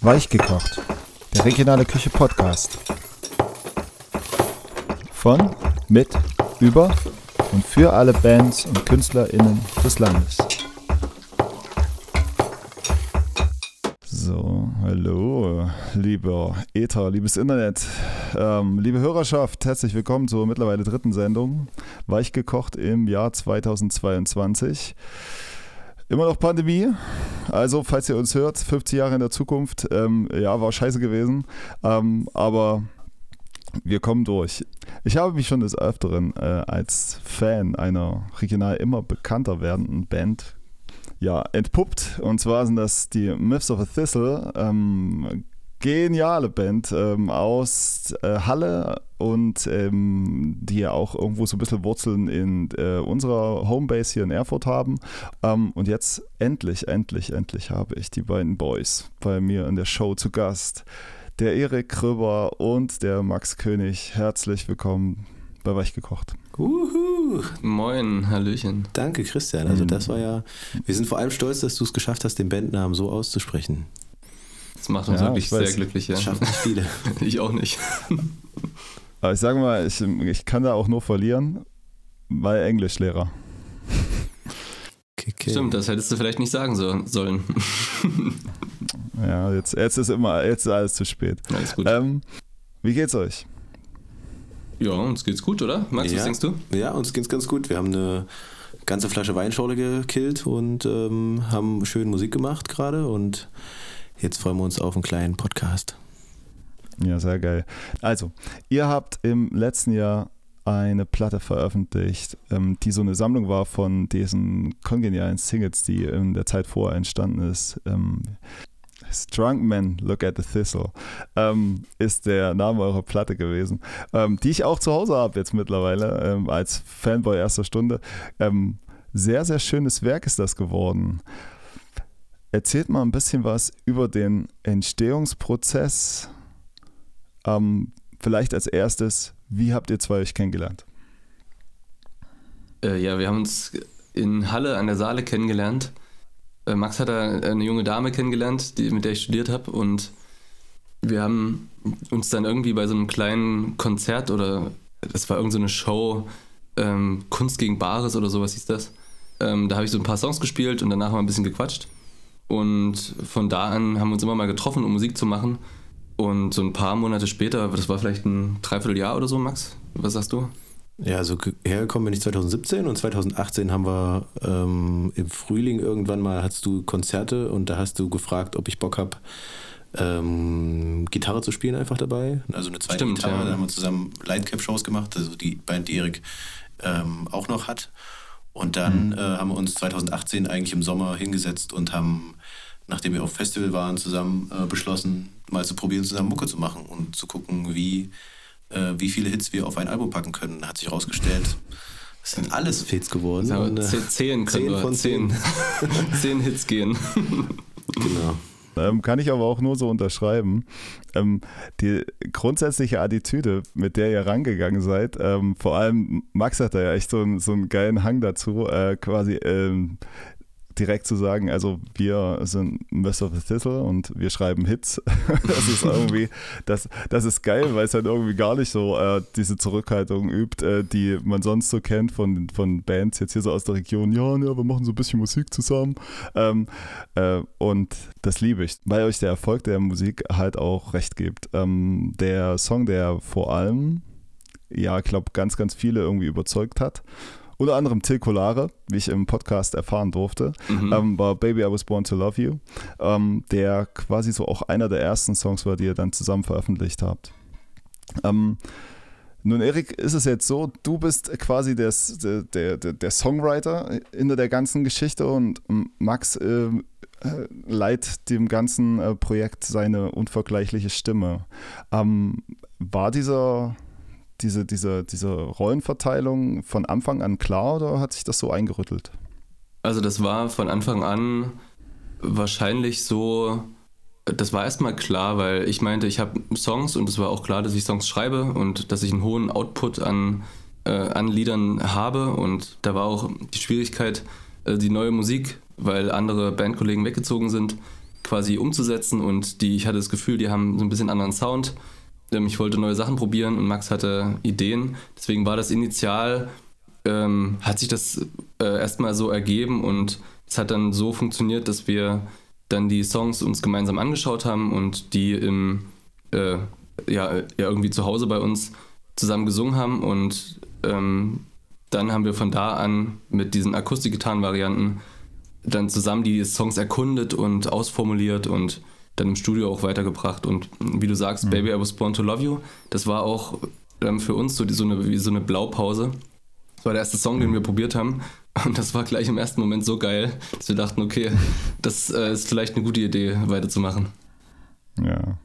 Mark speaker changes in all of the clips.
Speaker 1: Weichgekocht, der regionale Küche-Podcast. Von, mit, über und für alle Bands und KünstlerInnen des Landes. So, hallo, lieber Äther, liebes Internet, liebe Hörerschaft, herzlich willkommen zur mittlerweile dritten Sendung, Weichgekocht im Jahr 2022. Immer noch Pandemie, also falls ihr uns hört, 50 Jahre in der Zukunft, war scheiße gewesen, aber wir kommen durch. Ich habe mich schon des Öfteren als Fan einer regional immer bekannter werdenden Band entpuppt, und zwar sind das die Myths of a Thistle, geniale Band aus Halle und die ja auch irgendwo so ein bisschen Wurzeln in unserer Homebase hier in Erfurt haben. Und jetzt endlich habe ich die beiden Boys bei mir in der Show zu Gast. Der Erik Kröber und der Max König. Herzlich willkommen bei Weichgekocht.
Speaker 2: Moin, Hallöchen.
Speaker 3: Danke, Christian. Also das war ja, wir sind vor allem stolz, dass du es geschafft hast, den Bandnamen so auszusprechen.
Speaker 2: Das macht uns wirklich sehr glücklich. Ja.
Speaker 3: Das schaffen nicht viele.
Speaker 2: Ich auch nicht.
Speaker 1: Aber ich sage mal, ich kann da auch nur verlieren, weil Englischlehrer.
Speaker 3: Okay.
Speaker 2: Stimmt, das hättest du vielleicht nicht sagen sollen.
Speaker 1: Ja, jetzt ist alles zu spät.
Speaker 2: Alles gut.
Speaker 1: Wie geht's euch?
Speaker 2: Ja, uns geht's gut, oder? Max, was denkst du?
Speaker 3: Ja, uns geht's ganz gut. Wir haben eine ganze Flasche Weinschorle gekillt und haben schön Musik gemacht gerade, und jetzt freuen wir uns auf einen kleinen Podcast.
Speaker 1: Ja, sehr geil. Also, ihr habt im letzten Jahr eine Platte veröffentlicht, die so eine Sammlung war von diesen kongenialen Singles, die in der Zeit vorher entstanden ist. Drunk Men Look at the Thistle ist der Name eurer Platte gewesen, die ich auch zu Hause habe jetzt mittlerweile, als Fanboy erster Stunde. Sehr, sehr schönes Werk ist das geworden. Erzählt mal ein bisschen was über den Entstehungsprozess. Vielleicht als erstes, wie habt ihr zwei euch kennengelernt?
Speaker 2: Wir haben uns in Halle an der Saale kennengelernt. Max hat da eine junge Dame kennengelernt, mit der ich studiert habe, und wir haben uns dann irgendwie bei so einem kleinen Konzert, oder das war irgend so eine Show, Kunst gegen Bares oder sowas hieß das. Da habe ich so ein paar Songs gespielt und danach mal ein bisschen gequatscht. Und von da an haben wir uns immer mal getroffen, um Musik zu machen. Und so ein paar Monate später, das war vielleicht ein Dreivierteljahr oder so, Max, was sagst du?
Speaker 3: Ja, also hergekommen bin ich 2017, und 2018 haben wir im Frühling irgendwann mal, hattest du Konzerte, und da hast du gefragt, ob ich Bock habe, Gitarre zu spielen einfach dabei. Also eine zweite Gitarre, ja. Da haben wir zusammen Lightcap-Shows gemacht, also die Band, die Erik auch noch hat. Und dann haben wir uns 2018 eigentlich im Sommer hingesetzt und haben, nachdem wir auf Festival waren, zusammen beschlossen, mal zu probieren, zusammen Mucke zu machen und zu gucken, wie viele Hits wir auf ein Album packen können. Hat sich herausgestellt, es sind alles Hits geworden.
Speaker 2: Ja, 10 von 10 Hits gehen.
Speaker 3: Genau.
Speaker 1: Kann ich aber auch nur so unterschreiben. Die grundsätzliche Attitüde, mit der ihr rangegangen seid, vor allem Max hat da ja echt so einen geilen Hang dazu, quasi direkt zu sagen, also wir sind Myths of a Thistle und wir schreiben Hits. Das ist irgendwie, das ist geil, weil es halt irgendwie gar nicht so diese Zurückhaltung übt, die man sonst so kennt von Bands jetzt hier so aus der Region. Ja, wir machen so ein bisschen Musik zusammen. Und das liebe ich, weil euch der Erfolg der Musik halt auch recht gibt. Der Song, der vor allem, ich glaube, ganz, ganz viele irgendwie überzeugt hat, unter anderem Till Kolare, wie ich im Podcast erfahren durfte, war Baby I Was Born to Love You, der quasi so auch einer der ersten Songs war, die ihr dann zusammen veröffentlicht habt. Nun, Erik, ist es jetzt so, du bist quasi der Songwriter hinter der ganzen Geschichte, und Max leiht dem ganzen Projekt seine unvergleichliche Stimme. War diese Rollenverteilung von Anfang an klar, oder hat sich das so eingerüttelt?
Speaker 2: Also das war von Anfang an wahrscheinlich so, das war erstmal klar, weil ich meinte, ich habe Songs, und es war auch klar, dass ich Songs schreibe und dass ich einen hohen Output an Liedern habe, und da war auch die Schwierigkeit, die neue Musik, weil andere Bandkollegen weggezogen sind, quasi umzusetzen und ich hatte das Gefühl, die haben so ein bisschen anderen Sound. Ich wollte neue Sachen probieren und Max hatte Ideen. Deswegen war das initial, hat sich das erstmal so ergeben und es hat dann so funktioniert, dass wir dann die Songs uns gemeinsam angeschaut haben und die irgendwie zu Hause bei uns zusammen gesungen haben und dann haben wir von da an mit diesen Akustikgitarren-Varianten dann zusammen die Songs erkundet und ausformuliert und dann im Studio auch weitergebracht. Und wie du sagst, Baby, I Was Born to Love You, das war auch für uns wie so eine Blaupause. Das war der erste Song, den wir probiert haben. Und das war gleich im ersten Moment so geil, dass wir dachten, okay, das ist vielleicht eine gute Idee, weiterzumachen.
Speaker 1: Ja.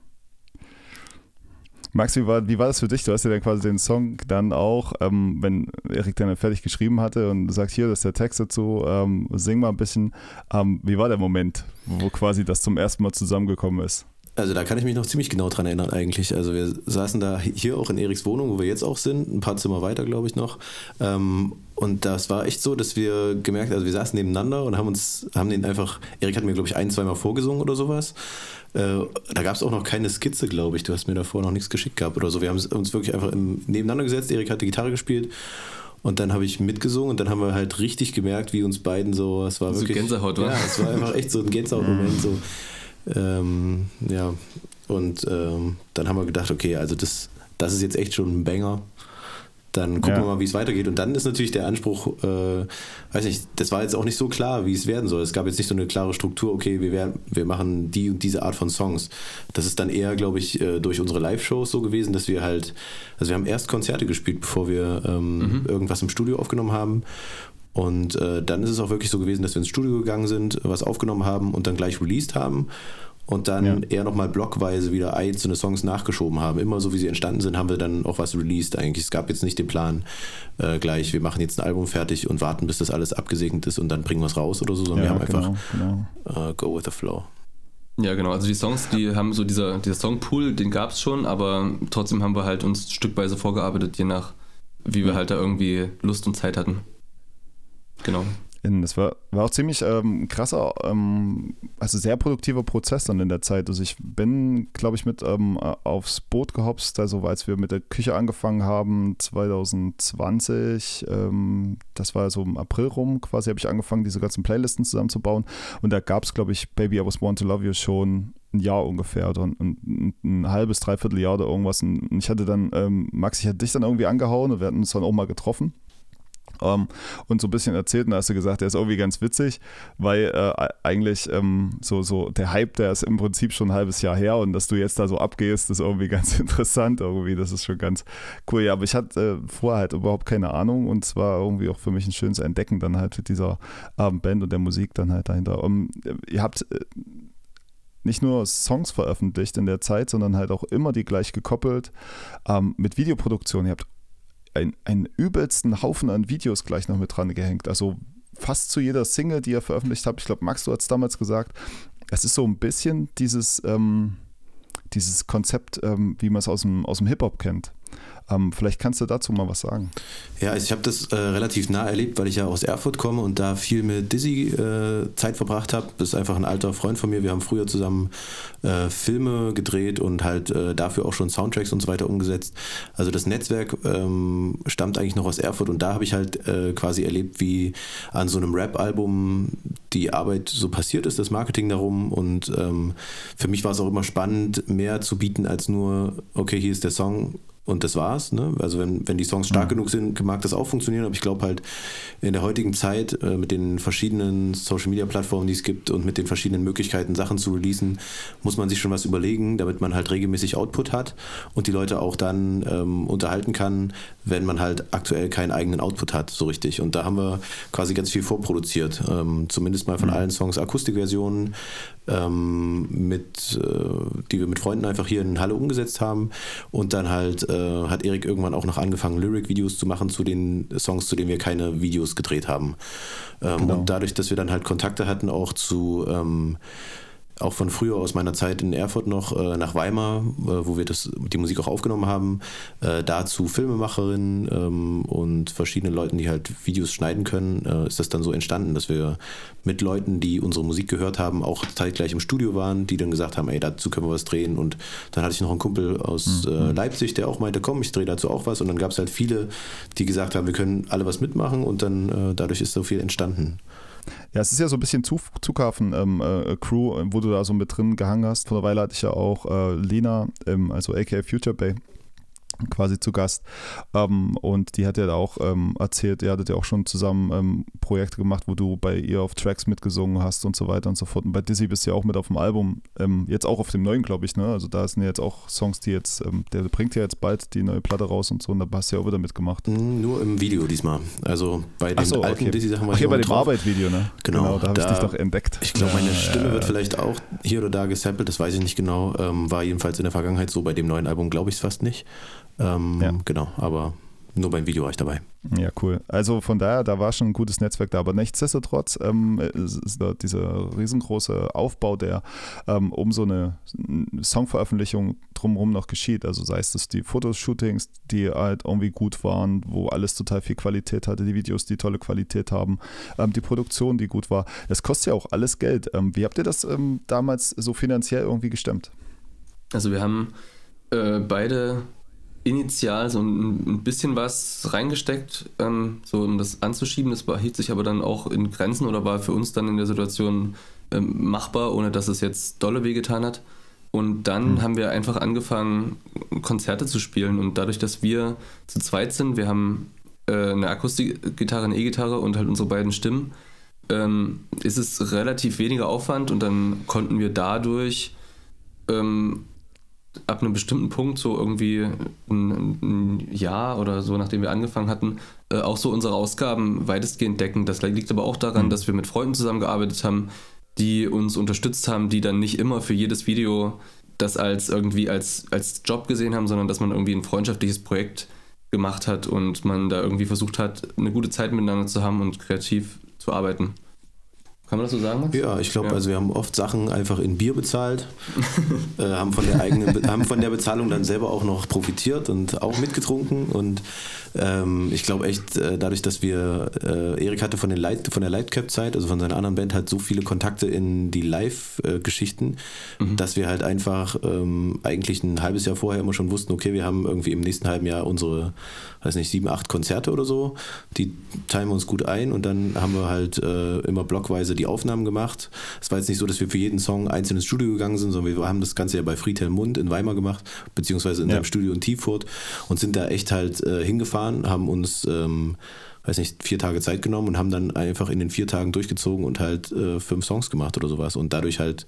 Speaker 1: Max, wie war das für dich? Du hast ja dann quasi den Song dann auch, wenn Erik dann fertig geschrieben hatte und sagt, hier, das ist der Text dazu, sing mal ein bisschen. Wie war der Moment, wo quasi das zum ersten Mal zusammengekommen ist?
Speaker 3: Also da kann ich mich noch ziemlich genau dran erinnern eigentlich. Also wir saßen da hier auch in Eriks Wohnung, wo wir jetzt auch sind, ein paar Zimmer weiter, glaube ich noch. Und das war echt so, dass wir gemerkt, also wir saßen nebeneinander und haben den einfach, Erik hat mir, glaube ich, 1-2 Mal vorgesungen oder sowas. Da gab es auch noch keine Skizze, glaube ich. Du hast mir davor noch nichts geschickt gehabt oder so. Wir haben uns wirklich einfach nebeneinander gesetzt. Erik hat die Gitarre gespielt und dann habe ich mitgesungen und dann haben wir halt richtig gemerkt, wie uns beiden so, es war wirklich...
Speaker 2: Gänsehaut, oder?
Speaker 3: Ja, es war einfach echt so ein Gänsehaut-Moment, so. Dann haben wir gedacht, okay, also das ist jetzt echt schon ein Banger. Dann gucken wir mal, wie es weitergeht. Und dann ist natürlich der Anspruch, weiß nicht, das war jetzt auch nicht so klar, wie es werden soll. Es gab jetzt nicht so eine klare Struktur, okay, wir machen die und diese Art von Songs. Das ist dann eher, glaube ich, durch unsere Live-Shows so gewesen, dass wir halt, also wir haben erst Konzerte gespielt, bevor wir irgendwas im Studio aufgenommen haben. Und dann ist es auch wirklich so gewesen, dass wir ins Studio gegangen sind, was aufgenommen haben und dann gleich released haben und dann eher nochmal blockweise wieder einzelne Songs nachgeschoben haben. Immer so, wie sie entstanden sind, haben wir dann auch was released eigentlich. Es gab jetzt nicht den Plan, gleich, wir machen jetzt ein Album fertig und warten, bis das alles abgesegnet ist und dann bringen wir es raus oder so, sondern wir haben einfach go with the flow.
Speaker 2: Ja, genau. Also die Songs, die haben so dieser Songpool, den gab es schon, aber trotzdem haben wir halt uns stückweise vorgearbeitet, je nach, wie wir halt da irgendwie Lust und Zeit hatten. Genau.
Speaker 1: Das war auch ziemlich krasser, also sehr produktiver Prozess dann in der Zeit. Also ich bin, glaube ich, mit aufs Boot gehopst, also als wir mit der Küche angefangen haben, 2020, das war so im April rum quasi, habe ich angefangen, diese ganzen Playlisten zusammenzubauen und da gab es, glaube ich, Baby, I Was Born to Love You schon ein Jahr ungefähr oder ein halbes, dreiviertel Jahr oder irgendwas und ich hatte dann, Max, ich hatte dich dann irgendwie angehauen und wir hatten uns dann auch mal getroffen. Und so ein bisschen erzählt und da hast du gesagt, der ist irgendwie ganz witzig, weil eigentlich so der Hype, der ist im Prinzip schon ein halbes Jahr her und dass du jetzt da so abgehst, ist irgendwie ganz interessant irgendwie, das ist schon ganz cool. Ja, aber ich hatte vorher halt überhaupt keine Ahnung und es war irgendwie auch für mich ein schönes Entdecken dann halt mit dieser Band und der Musik dann halt dahinter. Ihr habt nicht nur Songs veröffentlicht in der Zeit, sondern halt auch immer die gleich gekoppelt mit Videoproduktion. Ihr habt einen übelsten Haufen an Videos gleich noch mit dran gehängt. Also fast zu jeder Single, die ihr veröffentlicht habt. Ich glaube, Max, du hast damals gesagt, es ist so ein bisschen dieses Konzept, wie man es aus dem Hip-Hop kennt. Vielleicht kannst du dazu mal was sagen.
Speaker 3: Ja, also ich habe das relativ nah erlebt, weil ich ja aus Erfurt komme und da viel mit Dizzy Zeit verbracht habe. Das ist einfach ein alter Freund von mir. Wir haben früher zusammen Filme gedreht und halt dafür auch schon Soundtracks und so weiter umgesetzt. Also das Netzwerk stammt eigentlich noch aus Erfurt und da habe ich halt quasi erlebt, wie an so einem Rap-Album die Arbeit so passiert ist, das Marketing darum und für mich war es auch immer spannend, mehr zu bieten als nur, okay, hier ist der Song und das war's. Ne? Also wenn die Songs stark genug sind, mag das auch funktionieren, aber ich glaube halt in der heutigen Zeit mit den verschiedenen Social-Media-Plattformen, die es gibt und mit den verschiedenen Möglichkeiten, Sachen zu releasen, muss man sich schon was überlegen, damit man halt regelmäßig Output hat und die Leute auch dann unterhalten kann, wenn man halt aktuell keinen eigenen Output hat, so richtig. Und da haben wir quasi ganz viel vorproduziert, zumindest mal von allen Songs Akustikversionen, die wir mit Freunden einfach hier in Halle umgesetzt haben und dann halt hat Erik irgendwann auch noch angefangen, Lyric-Videos zu machen zu den Songs, zu denen wir keine Videos gedreht haben. Genau. Und dadurch, dass wir dann halt Kontakte hatten auch zu auch von früher aus meiner Zeit in Erfurt noch nach Weimar, wo wir die Musik auch aufgenommen haben, dazu Filmemacherinnen und verschiedene Leuten, die halt Videos schneiden können, ist das dann so entstanden, dass wir mit Leuten, die unsere Musik gehört haben, auch zeitgleich im Studio waren, die dann gesagt haben, ey, dazu können wir was drehen. Und dann hatte ich noch einen Kumpel aus Leipzig, der auch meinte, komm, ich drehe dazu auch was. Und dann gab es halt viele, die gesagt haben, wir können alle was mitmachen, und dann dadurch ist so viel entstanden.
Speaker 1: Ja, es ist ja so ein bisschen Zughafen-Crew, wo du da so mit drin gehangen hast. Vor einer Weile hatte ich ja auch Lena, also aka Future Bay, quasi zu Gast. Und die hat ja auch erzählt, ihr hattet ja auch schon zusammen Projekte gemacht, wo du bei ihr auf Tracks mitgesungen hast und so weiter und so fort. Und bei Dizzy bist du ja auch mit auf dem Album, jetzt auch auf dem neuen, glaube ich, ne? Also da sind ja jetzt auch Songs, die jetzt, der bringt ja jetzt bald die neue Platte raus und so, und da hast du ja auch wieder mitgemacht.
Speaker 3: Nur im Video diesmal. Also bei den alten Dizzy-Sachen war ich
Speaker 1: bei dem Arbeit-Video, ne?
Speaker 3: Genau,
Speaker 1: da habe ich dich doch entdeckt.
Speaker 3: Ich glaube, meine Stimme wird vielleicht auch hier oder da gesampelt, das weiß ich nicht genau. War jedenfalls in der Vergangenheit so, bei dem neuen Album glaube ich es fast nicht. Genau, aber nur beim Video war ich dabei.
Speaker 1: Ja, cool. Also von daher, da war schon ein gutes Netzwerk da, aber nichtsdestotrotz ist da dieser riesengroße Aufbau, der um so eine Songveröffentlichung drumherum noch geschieht. Also sei es das die Fotoshootings, die halt irgendwie gut waren, wo alles total viel Qualität hatte, die Videos, die tolle Qualität haben, die Produktion, die gut war. Das kostet ja auch alles Geld. Wie habt ihr das damals so finanziell irgendwie gestemmt?
Speaker 2: Also wir haben beide initial so ein bisschen was reingesteckt, so um das anzuschieben. Das hielt sich aber dann auch in Grenzen oder war für uns dann in der Situation machbar, ohne dass es jetzt dolle wehgetan hat. Und dann haben wir einfach angefangen, Konzerte zu spielen. Und dadurch, dass wir zu zweit sind, wir haben eine Akustikgitarre, eine E-Gitarre und halt unsere beiden Stimmen, ist es relativ weniger Aufwand, und dann konnten wir dadurch ab einem bestimmten Punkt, so irgendwie ein Jahr oder so, nachdem wir angefangen hatten, auch so unsere Ausgaben weitestgehend decken. Das liegt aber auch daran, dass wir mit Freunden zusammengearbeitet haben, die uns unterstützt haben, die dann nicht immer für jedes Video das als Job gesehen haben, sondern dass man irgendwie ein freundschaftliches Projekt gemacht hat und man da irgendwie versucht hat, eine gute Zeit miteinander zu haben und kreativ zu arbeiten. Kann man das so sagen, Max?
Speaker 3: Ja, ich glaube, also wir haben oft Sachen einfach in Bier bezahlt, haben von der Bezahlung dann selber auch noch profitiert und auch mitgetrunken, und ich glaube echt, dadurch, dass wir, Erik hatte von der Lightcap-Zeit, also von seiner anderen Band, halt so viele Kontakte in die Live-Geschichten, dass wir halt einfach eigentlich ein halbes Jahr vorher immer schon wussten, okay, wir haben irgendwie im nächsten halben Jahr unsere, 7, 8 Konzerte oder so, die teilen wir uns gut ein, und dann haben wir halt immer blockweise die Aufnahmen gemacht. Es war jetzt nicht so, dass wir für jeden Song einzeln ins Studio gegangen sind, sondern wir haben das Ganze ja bei Friedhelm Mund in Weimar gemacht, beziehungsweise in seinem Studio in Tiefurt, und sind da echt halt hingefahren, haben uns 4 Tage Zeit genommen und haben dann einfach in den 4 Tagen durchgezogen und halt 5 Songs gemacht oder sowas, und dadurch halt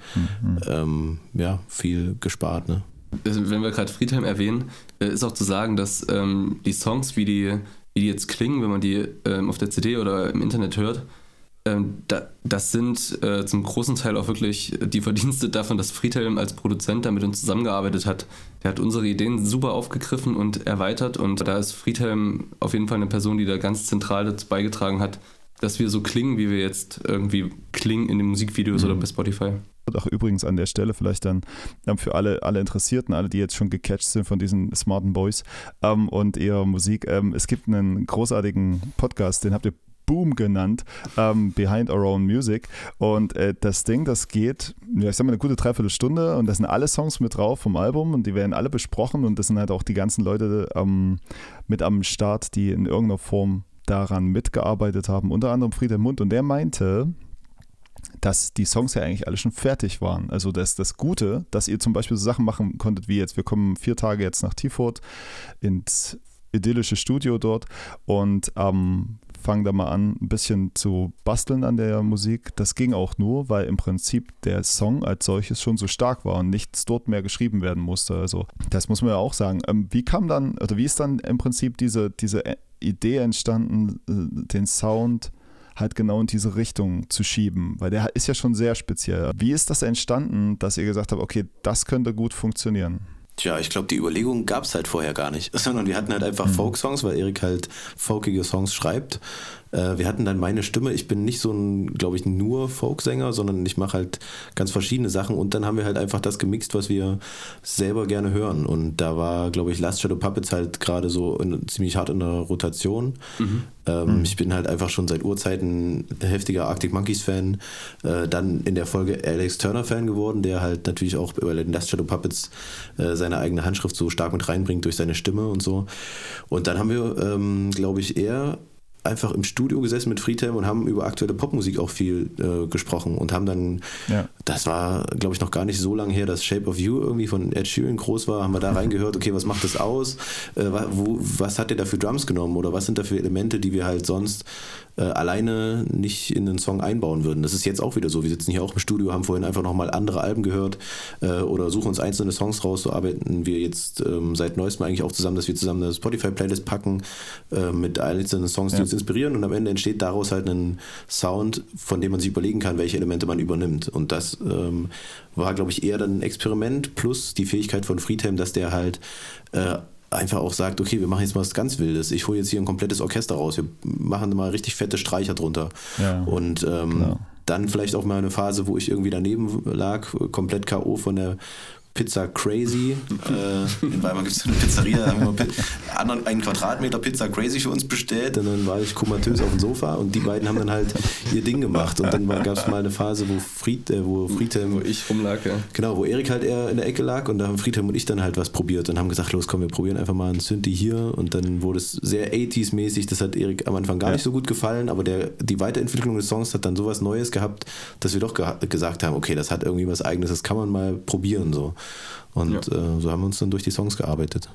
Speaker 3: viel gespart, ne?
Speaker 2: Wenn wir gerade Friedhelm erwähnen, ist auch zu sagen, dass die Songs, wie die jetzt klingen, wenn man die auf der CD oder im Internet hört, das sind zum großen Teil auch wirklich die Verdienste davon, dass Friedhelm als Produzent da mit uns zusammengearbeitet hat. Der hat unsere Ideen super aufgegriffen und erweitert, und da ist Friedhelm auf jeden Fall eine Person, die da ganz zentral dazu beigetragen hat, dass wir so klingen, wie wir jetzt irgendwie klingen in den Musikvideos oder bei Spotify.
Speaker 1: Auch übrigens an der Stelle vielleicht dann für alle Interessierten, alle, die jetzt schon gecatcht sind von diesen smarten Boys und ihrer Musik. Es gibt einen großartigen Podcast, den habt ihr Boom genannt, Behind Our Own Music, und das Ding, das geht, ich sag mal, eine gute Dreiviertelstunde, und da sind alle Songs mit drauf vom Album, und die werden alle besprochen, und das sind halt auch die ganzen Leute mit am Start, die in irgendeiner Form daran mitgearbeitet haben, unter anderem Friedhelm Mund, und der meinte, dass die Songs ja eigentlich alle schon fertig waren. Also das Gute, dass ihr zum Beispiel so Sachen machen konntet wie jetzt, wir kommen 4 Tage jetzt nach Tiefurt ins idyllische Studio dort und fangen da mal an, ein bisschen zu basteln an der Musik. Das ging auch nur, weil im Prinzip der Song als solches schon so stark war und nichts dort mehr geschrieben werden musste. Also das muss man ja auch sagen. Wie ist dann im Prinzip diese Idee entstanden, den Sound halt genau in diese Richtung zu schieben? Weil der ist ja schon sehr speziell. Wie ist das entstanden, dass ihr gesagt habt, okay, das könnte gut funktionieren?
Speaker 3: Tja, ich glaube, die Überlegung gab es halt vorher gar nicht, sondern wir hatten halt einfach Folk-Songs, weil Erik halt folkige Songs schreibt, Wir hatten dann meine Stimme, ich bin nicht so ein, glaube ich, nur Folksänger, sondern ich mache halt ganz verschiedene Sachen und dann haben wir halt einfach das gemixt, was wir selber gerne hören. Und da war, glaube ich, Last Shadow Puppets halt gerade so ziemlich hart in der Rotation. Ich bin halt einfach schon seit Urzeiten heftiger Arctic Monkeys Fan, dann in der Folge Alex Turner Fan geworden, der halt natürlich auch über den Last Shadow Puppets seine eigene Handschrift so stark mit reinbringt durch seine Stimme und so. Und dann haben wir, glaube ich, eher einfach im Studio gesessen mit Friedhelm und haben über aktuelle Popmusik auch viel gesprochen und haben dann, das war, glaube ich, noch gar nicht so lange her, dass Shape of You irgendwie von Ed Sheeran groß war, haben wir da reingehört, okay, was macht das aus? Was hat der da für Drums genommen oder was sind da für Elemente, die wir halt sonst alleine nicht in den Song einbauen würden. Das ist jetzt auch wieder so. Wir sitzen hier auch im Studio, haben vorhin einfach nochmal andere Alben gehört oder suchen uns einzelne Songs raus. So arbeiten wir jetzt seit neuestem eigentlich auch zusammen, dass wir zusammen eine Spotify-Playlist packen mit einzelnen Songs, die uns inspirieren und am Ende entsteht daraus halt ein Sound, von dem man sich überlegen kann, welche Elemente man übernimmt. Und das war, glaube ich, eher dann ein Experiment plus die Fähigkeit von Friedhelm, dass der halt einfach auch sagt, okay, wir machen jetzt mal was ganz Wildes. Ich hole jetzt hier ein komplettes Orchester raus. Wir machen mal richtig fette Streicher drunter. Ja, und dann vielleicht auch mal eine Phase, wo ich irgendwie daneben lag, komplett K.O. von der Pizza Crazy. In Weimar gibt es eine Pizzeria, da haben wir einen Quadratmeter Pizza Crazy für uns bestellt und dann war ich komatös auf dem Sofa und die beiden haben dann halt ihr Ding gemacht und dann gab es mal eine Phase, wo Friedhelm...
Speaker 2: Wo ich rumlag, ja.
Speaker 3: Genau, wo Erik halt eher in der Ecke lag und da haben Friedhelm und ich dann halt was probiert und haben gesagt, los komm, wir probieren einfach mal einen Synthi hier und dann wurde es sehr 80s-mäßig, das hat Erik am Anfang gar nicht so gut gefallen, aber die Weiterentwicklung des Songs hat dann sowas Neues gehabt, dass wir doch gesagt haben, okay, das hat irgendwie was Eigenes, das kann man mal probieren so. Und so haben wir uns dann durch die Songs gearbeitet.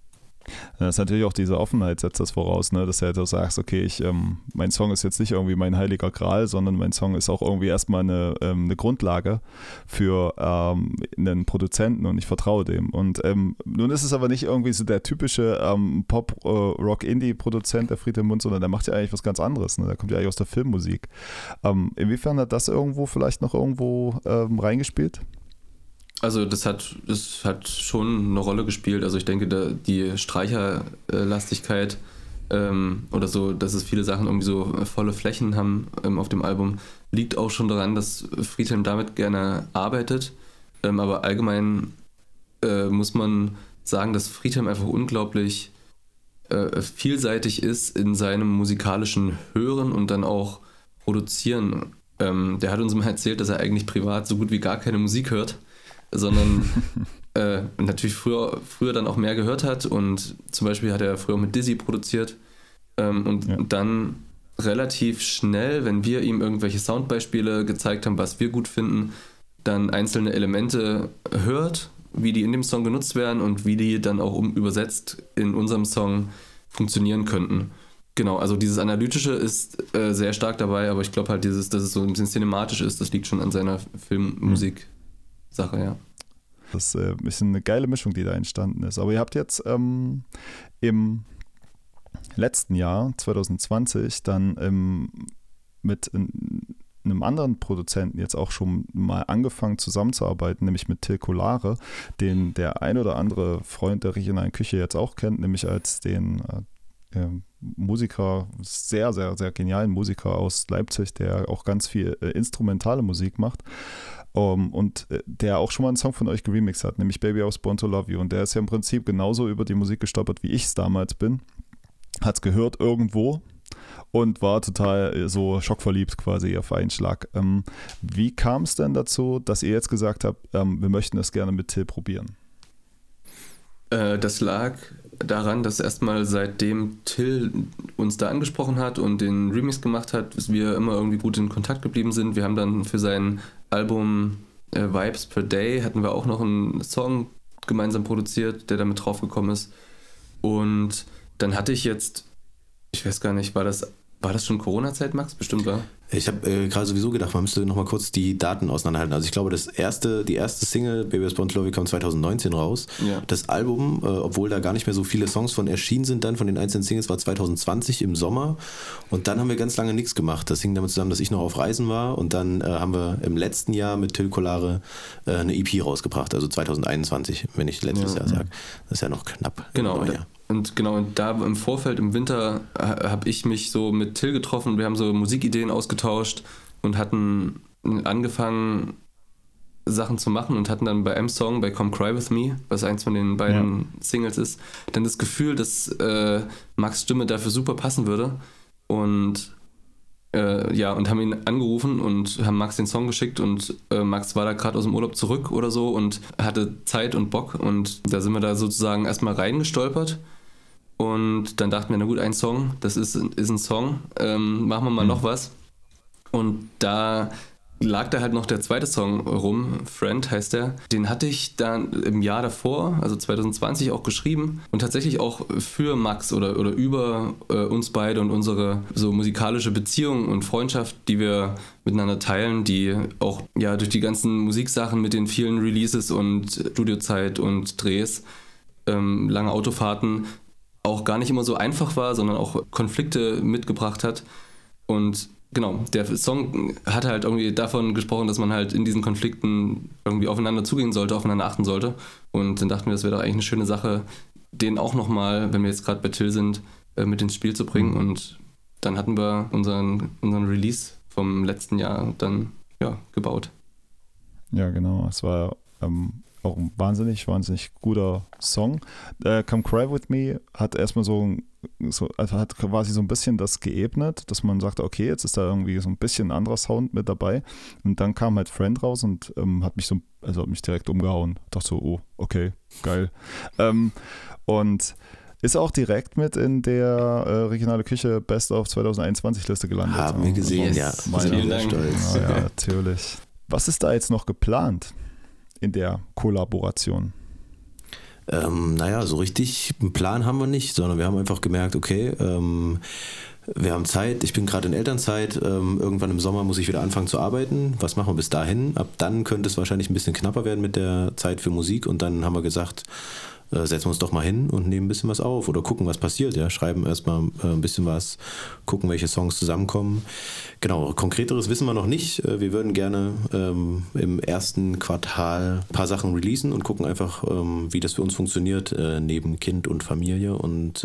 Speaker 1: Das ist natürlich auch diese Offenheit, setzt das voraus, ne? Dass du halt auch sagst, okay, mein Song ist jetzt nicht irgendwie mein heiliger Gral, sondern mein Song ist auch irgendwie erstmal eine Grundlage für einen Produzenten und ich vertraue dem. Und nun ist es aber nicht irgendwie so der typische Pop-Rock-Indie-Produzent, der Friedhelm Mund, sondern der macht ja eigentlich was ganz anderes. Ne? Der kommt ja eigentlich aus der Filmmusik. Inwiefern hat das vielleicht noch irgendwo reingespielt?
Speaker 2: Also das hat schon eine Rolle gespielt. Also ich denke, die Streicherlastigkeit oder so, dass es viele Sachen irgendwie so volle Flächen haben auf dem Album, liegt auch schon daran, dass Friedhelm damit gerne arbeitet. Aber allgemein muss man sagen, dass Friedhelm einfach unglaublich vielseitig ist in seinem musikalischen Hören und dann auch Produzieren. Der hat uns mal erzählt, dass er eigentlich privat so gut wie gar keine Musik hört, sondern natürlich früher dann auch mehr gehört hat und zum Beispiel hat er früher mit Dizzy produziert und dann relativ schnell, wenn wir ihm irgendwelche Soundbeispiele gezeigt haben, was wir gut finden, dann einzelne Elemente hört, wie die in dem Song genutzt werden und wie die dann auch übersetzt in unserem Song funktionieren könnten. Genau, also dieses Analytische ist sehr stark dabei, aber ich glaube halt dass es so ein bisschen cinematisch ist, das liegt schon an seiner Filmmusik. Sache, ja.
Speaker 1: Das ist eine geile Mischung, die da entstanden ist. Aber ihr habt jetzt im letzten Jahr, 2020, dann mit einem anderen Produzenten jetzt auch schon mal angefangen zusammenzuarbeiten, nämlich mit Till Kolare, den der ein oder andere Freund der regionalen Küche jetzt auch kennt, nämlich als den Musiker, sehr, sehr, sehr genialen Musiker aus Leipzig, der auch ganz viel instrumentale Musik macht. Und der auch schon mal einen Song von euch geremixed hat, nämlich Baby I Was Born to Love You. Und der ist ja im Prinzip genauso über die Musik gestolpert, wie ich es damals bin. Hat es gehört irgendwo und war total so schockverliebt quasi auf einen Schlag. Wie kam es denn dazu, dass ihr jetzt gesagt habt, wir möchten das gerne mit Till probieren?
Speaker 2: Das lag daran, dass erstmal seitdem Till uns da angesprochen hat und den Remix gemacht hat, dass wir immer irgendwie gut in Kontakt geblieben sind. Wir haben dann für sein Album Vibes Per Day hatten wir auch noch einen Song gemeinsam produziert, der damit draufgekommen ist. Und dann hatte ich jetzt, ich weiß gar nicht, war das schon Corona-Zeit, Max? Bestimmt war.
Speaker 3: Ich habe gerade sowieso gedacht, man müsste nochmal kurz die Daten auseinanderhalten. Also ich glaube, die erste Single, Baby I Was Born to Love You, kam 2019 raus. Ja. Das Album, obwohl da gar nicht mehr so viele Songs von erschienen sind dann, von den einzelnen Singles, war 2020 im Sommer. Und dann haben wir ganz lange nichts gemacht. Das hing damit zusammen, dass ich noch auf Reisen war. Und dann haben wir im letzten Jahr mit Till Kolare eine EP rausgebracht. Also 2021, wenn ich letztes Jahr sage. Das ist ja noch knapp.
Speaker 2: Genau. Und genau, und da im Vorfeld, im Winter, habe ich mich so mit Till getroffen. Wir haben so Musikideen ausgetauscht und hatten angefangen, Sachen zu machen und hatten dann bei M-Song, bei Come Cry With Me, was eins von den beiden Singles ist, dann das Gefühl, dass Max' Stimme dafür super passen würde. Und und haben ihn angerufen und haben Max den Song geschickt und Max war da gerade aus dem Urlaub zurück oder so und hatte Zeit und Bock und da sind wir da sozusagen erstmal reingestolpert und dann dachten wir, na gut, ein Song, das ist ein Song, machen wir mal noch was und da lag da halt noch der zweite Song rum, Friend heißt der. Den hatte ich dann im Jahr davor, also 2020 auch geschrieben und tatsächlich auch für Max oder über uns beide und unsere so musikalische Beziehung und Freundschaft, die wir miteinander teilen, die auch ja durch die ganzen Musiksachen mit den vielen Releases und Studiozeit und Drehs, lange Autofahrten auch gar nicht immer so einfach war, sondern auch Konflikte mitgebracht hat und genau, der Song hat halt irgendwie davon gesprochen, dass man halt in diesen Konflikten irgendwie aufeinander zugehen sollte, aufeinander achten sollte. Und dann dachten wir, das wäre doch eigentlich eine schöne Sache, den auch nochmal, wenn wir jetzt gerade bei Till sind, mit ins Spiel zu bringen. Und dann hatten wir unseren Release vom letzten Jahr dann gebaut.
Speaker 1: Ja, genau. Es war auch ein wahnsinnig guter Song. Come Cry With Me hat erstmal hat quasi so ein bisschen das geebnet, dass man sagte, okay, jetzt ist da irgendwie so ein bisschen ein anderer Sound mit dabei. Und dann kam halt Friend raus und hat mich direkt umgehauen. Ich dachte so, oh, okay, geil. Und ist auch direkt mit in der Regionale Küche Best of 2021 Liste gelandet.
Speaker 3: Haben wir gesehen, ja.
Speaker 2: Vielen Dank.
Speaker 3: Stolz.
Speaker 1: Ja, natürlich. Was ist da jetzt noch geplant in der Kollaboration?
Speaker 3: So richtig einen Plan haben wir nicht, sondern wir haben einfach gemerkt, okay, wir haben Zeit, ich bin gerade in Elternzeit, irgendwann im Sommer muss ich wieder anfangen zu arbeiten, was machen wir bis dahin? Ab dann könnte es wahrscheinlich ein bisschen knapper werden mit der Zeit für Musik und dann haben wir gesagt, setzen wir uns doch mal hin und nehmen ein bisschen was auf oder gucken, was passiert. Ja, schreiben erstmal ein bisschen was, gucken, welche Songs zusammenkommen. Genau, Konkreteres wissen wir noch nicht. Wir würden gerne im ersten Quartal ein paar Sachen releasen und gucken einfach, wie das für uns funktioniert, neben Kind und Familie. Und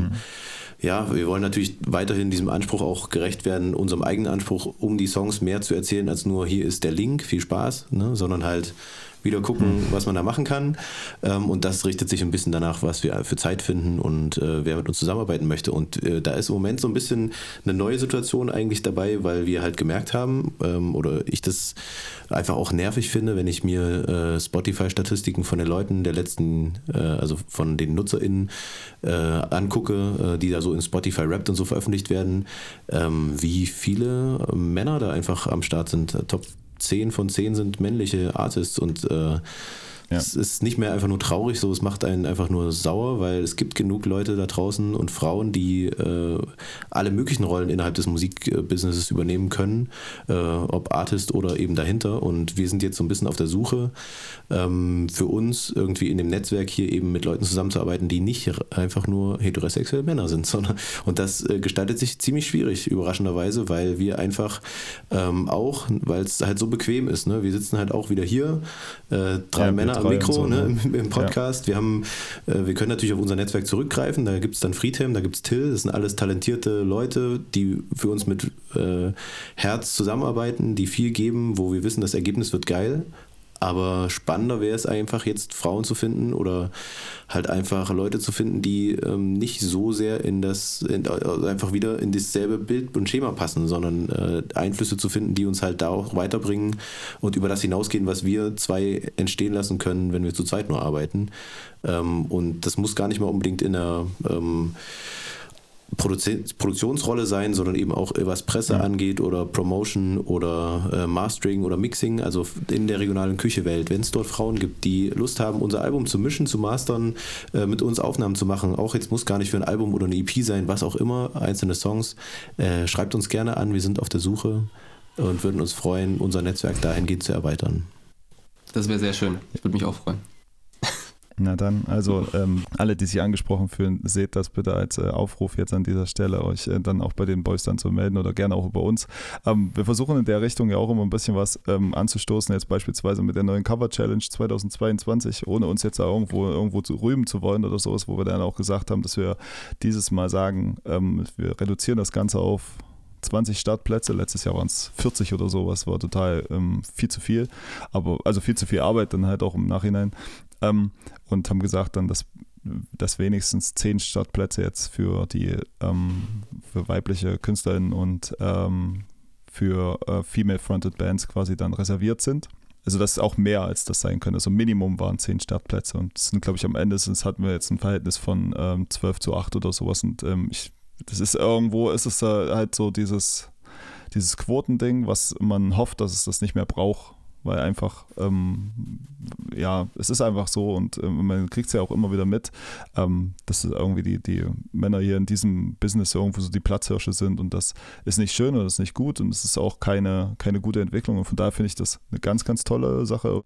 Speaker 3: wir wollen natürlich weiterhin diesem Anspruch auch gerecht werden, unserem eigenen Anspruch, um die Songs mehr zu erzählen, als nur hier ist der Link, viel Spaß, ne? Sondern halt wieder gucken, was man da machen kann. Und das richtet sich ein bisschen danach, was wir für Zeit finden und wer mit uns zusammenarbeiten möchte. Und da ist im Moment so ein bisschen eine neue Situation eigentlich dabei, weil wir halt gemerkt haben, oder ich das einfach auch nervig finde, wenn ich mir Spotify-Statistiken von den Leuten der letzten, also von den NutzerInnen angucke, die da so in Spotify Wrapped und so veröffentlicht werden, wie viele Männer da einfach am Start sind. Top 10 von 10 sind männliche Artists und es ist nicht mehr einfach nur traurig, so, es macht einen einfach nur sauer, weil es gibt genug Leute da draußen und Frauen, die alle möglichen Rollen innerhalb des Musikbusinesses übernehmen können, ob Artist oder eben dahinter, und wir sind jetzt so ein bisschen auf der Suche für uns irgendwie in dem Netzwerk hier eben mit Leuten zusammenzuarbeiten, die nicht einfach nur heterosexuelle Männer sind, sondern, und das gestaltet sich ziemlich schwierig, überraschenderweise, weil wir einfach auch, weil es halt so bequem ist, ne? Wir sitzen halt auch wieder hier, drei Männer am Mikro, so, ne? Im Podcast. Ja. Wir können natürlich auf unser Netzwerk zurückgreifen. Da gibt es dann Friedhelm, da gibt es Till. Das sind alles talentierte Leute, die für uns mit Herz zusammenarbeiten, die viel geben, wo wir wissen, das Ergebnis wird geil. Aber spannender wäre es einfach, jetzt Frauen zu finden oder halt einfach Leute zu finden, die nicht so sehr einfach wieder in dasselbe Bild und Schema passen, sondern Einflüsse zu finden, die uns halt da auch weiterbringen und über das hinausgehen, was wir zwei entstehen lassen können, wenn wir zu zweit nur arbeiten. Und das muss gar nicht mal unbedingt in einer Produktionsrolle sein, sondern eben auch was Presse angeht oder Promotion oder Mastering oder Mixing, also in der regionalen Küche-Welt. Wenn es dort Frauen gibt, die Lust haben, unser Album zu mischen, zu mastern, mit uns Aufnahmen zu machen, auch jetzt muss gar nicht für ein Album oder eine EP sein, was auch immer, einzelne Songs, schreibt uns gerne an, wir sind auf der Suche und würden uns freuen, unser Netzwerk dahingehend zu erweitern.
Speaker 2: Das wäre sehr schön, ich würde mich auch freuen.
Speaker 1: Na dann, also alle, die sich angesprochen fühlen, seht das bitte als Aufruf jetzt an dieser Stelle, euch dann auch bei den Boys dann zu melden oder gerne auch über uns. Wir versuchen in der Richtung ja auch immer ein bisschen was anzustoßen, jetzt beispielsweise mit der neuen Cover-Challenge 2022, ohne uns jetzt irgendwo zu rühmen zu wollen oder sowas, wo wir dann auch gesagt haben, dass wir dieses Mal sagen, wir reduzieren das Ganze auf 20 Startplätze, letztes Jahr waren es 40 oder sowas, war total viel zu viel, aber also viel zu viel Arbeit dann halt auch im Nachhinein. Und haben gesagt dann, dass wenigstens 10 Startplätze jetzt für weibliche Künstlerinnen und für Female-Fronted Bands quasi dann reserviert sind. Also dass auch mehr als das sein könnte. Also Minimum waren 10 Startplätze und das sind, glaube ich, am Ende hatten wir jetzt ein Verhältnis von 12:8 oder sowas und das ist irgendwo, ist es halt so dieses Quotending, was man hofft, dass es das nicht mehr braucht. Weil einfach, es ist einfach so und man kriegt es ja auch immer wieder mit, dass irgendwie die Männer hier in diesem Business irgendwo so die Platzhirsche sind und das ist nicht schön oder das ist nicht gut und es ist auch keine gute Entwicklung und von daher finde ich das eine ganz, ganz tolle Sache.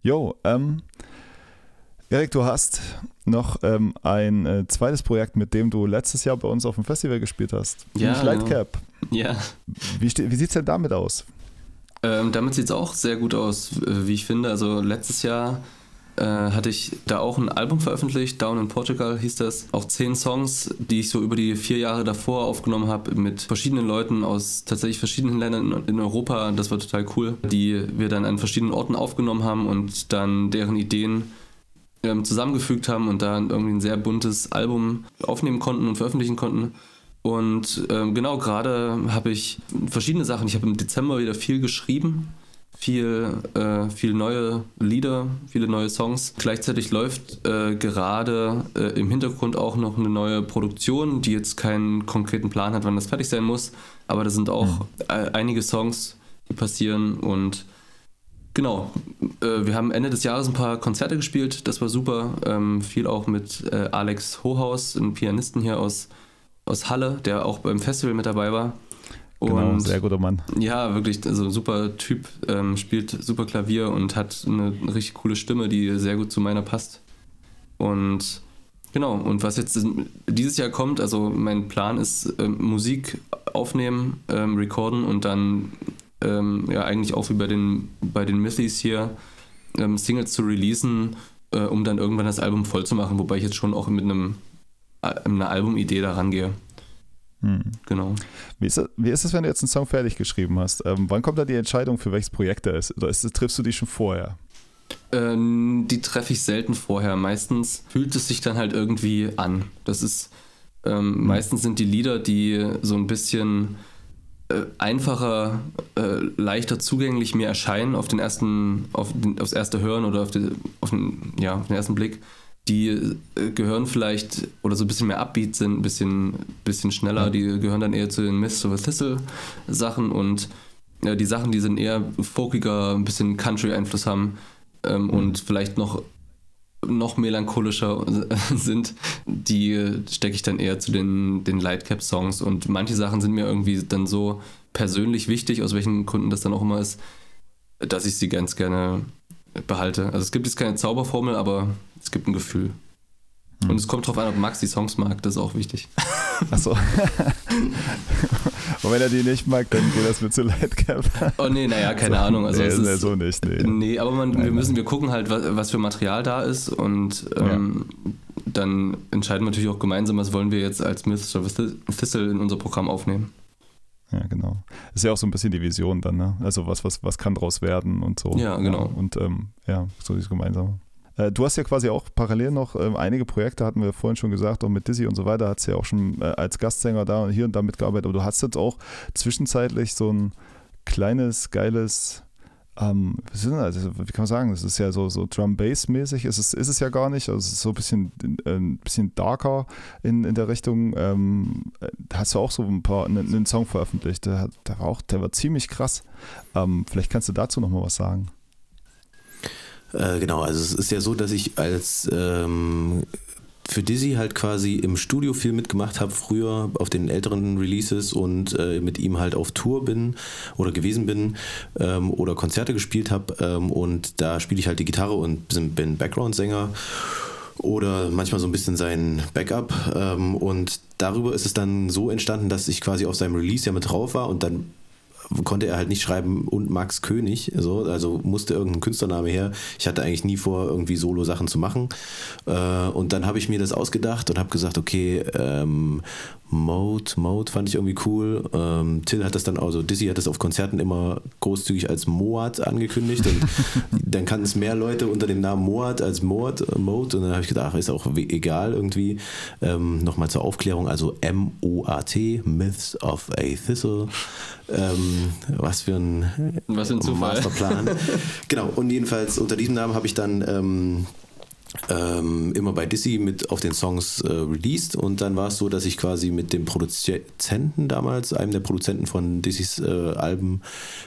Speaker 1: Erik, du hast noch ein zweites Projekt, mit dem du letztes Jahr bei uns auf dem Festival gespielt hast.
Speaker 2: Ja,
Speaker 1: Lightcap.
Speaker 2: Ja.
Speaker 1: Wie sieht es denn damit aus?
Speaker 2: Damit sieht es auch sehr gut aus, wie ich finde. Also letztes Jahr hatte ich da auch ein Album veröffentlicht, Down in Portugal hieß das. Auch 10 Songs, die ich so über die 4 Jahre davor aufgenommen habe mit verschiedenen Leuten aus tatsächlich verschiedenen Ländern in Europa. Das war total cool, die wir dann an verschiedenen Orten aufgenommen haben und dann deren Ideen zusammengefügt haben und da irgendwie ein sehr buntes Album aufnehmen konnten und veröffentlichen konnten. Und genau, gerade habe ich verschiedene Sachen. Ich habe im Dezember wieder viel geschrieben, viel neue Lieder, viele neue Songs. Gleichzeitig läuft gerade im Hintergrund auch noch eine neue Produktion, die jetzt keinen konkreten Plan hat, wann das fertig sein muss. Aber da sind auch einige Songs, die passieren. Und genau, wir haben Ende des Jahres ein paar Konzerte gespielt. Das war super. Viel auch mit Alex Hohaus, einem Pianisten hier aus Halle, der auch beim Festival mit dabei war.
Speaker 1: Genau,
Speaker 2: und
Speaker 1: sehr guter Mann.
Speaker 2: Ja, wirklich, also super Typ, spielt super Klavier und hat eine richtig coole Stimme, die sehr gut zu meiner passt. Und genau, und was jetzt dieses Jahr kommt, also mein Plan ist Musik aufnehmen, recorden und dann eigentlich auch wie bei den Mythies hier Singles zu releasen, um dann irgendwann das Album voll zu machen, wobei ich jetzt schon auch mit einer Albumidee da rangehe. Genau.
Speaker 1: Wie ist es, wenn du jetzt einen Song fertig geschrieben hast? Wann kommt da die Entscheidung, für welches Projekt er ist? Oder triffst du die schon vorher?
Speaker 2: Die treffe ich selten vorher. Meistens fühlt es sich dann halt irgendwie an. Das ist meistens sind die Lieder, die so ein bisschen einfacher, leichter zugänglich mir erscheinen aufs erste Hören oder auf den ersten Blick. Die gehören vielleicht, oder so ein bisschen mehr Upbeat sind, ein bisschen schneller, die gehören dann eher zu den Myths of a Thistle Sachen und die Sachen, die sind eher folkiger, ein bisschen Country-Einfluss haben und vielleicht noch melancholischer sind, die stecke ich dann eher zu den Lightcap-Songs und manche Sachen sind mir irgendwie dann so persönlich wichtig, aus welchen Gründen das dann auch immer ist, dass ich sie ganz gerne behalte. Also es gibt jetzt keine Zauberformel, aber es gibt ein Gefühl. Und es kommt drauf an, ob Max die Songs mag, das ist auch wichtig.
Speaker 1: Achso. Und wenn er die nicht mag, dann geht das mit zu Lightcap.
Speaker 2: Oh nee, naja, keine Ahnung. Also
Speaker 1: nee,
Speaker 2: es ist
Speaker 1: so nicht.
Speaker 2: Nee, aber wir gucken halt, was für Material da ist und dann entscheiden wir natürlich auch gemeinsam, was wollen wir jetzt als Myths of a Thistle in unser Programm aufnehmen.
Speaker 1: Ja, genau. Ist ja auch so ein bisschen die Vision dann, ne? Also was kann draus werden und so.
Speaker 2: Ja, genau.
Speaker 1: Und so dieses Gemeinsame. Du hast ja quasi auch parallel noch einige Projekte, hatten wir vorhin schon gesagt, auch mit Dizzy und so weiter, hast ja auch schon als Gastsänger da und hier und da mitgearbeitet, aber du hast jetzt auch zwischenzeitlich so ein kleines, geiles, wie kann man sagen, das ist ja so Drum-Bass-mäßig, ist es ja gar nicht, also es ist so ein bisschen darker in der Richtung, da hast du auch so einen Song veröffentlicht, der war ziemlich krass, vielleicht kannst du dazu nochmal was sagen.
Speaker 3: Genau, also es ist ja so, dass ich als für Dizzy halt quasi im Studio viel mitgemacht habe, früher auf den älteren Releases und mit ihm halt auf Tour bin oder gewesen bin oder Konzerte gespielt habe und da spiele ich halt die Gitarre und bin Background-Sänger oder manchmal so ein bisschen sein Backup. Und darüber ist es dann so entstanden, dass ich quasi auf seinem Release ja mit drauf war und dann konnte er halt nicht schreiben und Max König, also musste irgendein Künstlername her. Ich hatte eigentlich nie vor, irgendwie Solo-Sachen zu machen. Und dann habe ich mir das ausgedacht und habe gesagt, okay, Mode fand ich irgendwie cool. Till hat das dann, also Dizzy hat das auf Konzerten immer großzügig als Moat angekündigt und dann kannten es mehr Leute unter dem Namen Moat als Mode und dann habe ich gedacht, ach, ist auch egal irgendwie. Nochmal zur Aufklärung, also M-O-A-T, Myths of a Thistle. Was für ein Masterplan. Genau, und jedenfalls unter diesem Namen habe ich dann immer bei Dizzy mit auf den Songs released und dann war es so, dass ich quasi mit dem Produzenten damals, einem der Produzenten von Dizzys Alben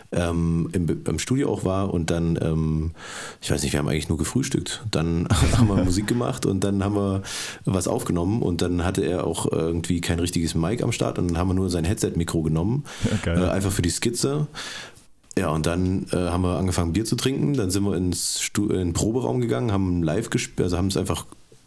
Speaker 3: im Studio auch war und dann, ich weiß nicht, wir haben eigentlich nur gefrühstückt, dann haben wir Musik gemacht und dann haben wir was aufgenommen und dann hatte er auch irgendwie kein richtiges Mic am Start und dann haben wir nur sein Headset-Mikro genommen, einfach für die Skizze. Ja, und dann haben wir angefangen Bier zu trinken, dann sind wir in den Proberaum gegangen, haben live gespielt, also haben es einfach,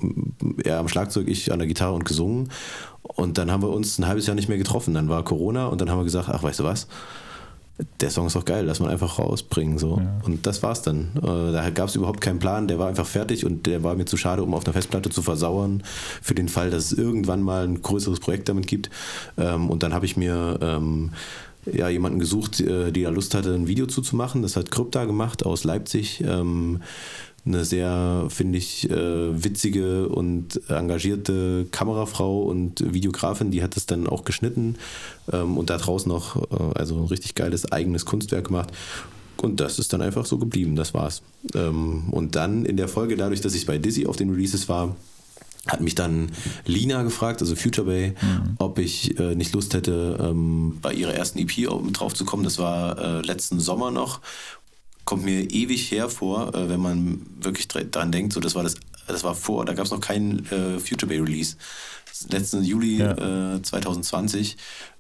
Speaker 3: er am Schlagzeug, ich an der Gitarre und gesungen und dann haben wir uns ein halbes Jahr nicht mehr getroffen, dann war Corona und dann haben wir gesagt, ach, weißt du was, der Song ist doch geil, lass mal einfach rausbringen, so. Ja. Und das war's dann. Da gab es überhaupt keinen Plan, der war einfach fertig und der war mir zu schade, um auf einer Festplatte zu versauern, für den Fall, dass es irgendwann mal ein größeres Projekt damit gibt. Und dann habe ich mir jemanden gesucht, die da Lust hatte, ein Video zuzumachen. Das hat Krypta gemacht aus Leipzig. Eine sehr, finde ich, witzige und engagierte Kamerafrau und Videografin, die hat das dann auch geschnitten und da draußen noch also ein richtig geiles eigenes Kunstwerk gemacht. Und das ist dann einfach so geblieben, das war's. Und dann in der Folge, dadurch, dass ich bei Dizzy auf den Releases war, hat mich dann Lina gefragt, also Future Bay, ob ich nicht Lust hätte, bei ihrer ersten EP mit drauf zu kommen. Das war letzten Sommer noch. Kommt mir ewig her vor, wenn man wirklich dran denkt. So, das war vor, da gab es noch keinen Future Bay Release. Letzten Juli 2020.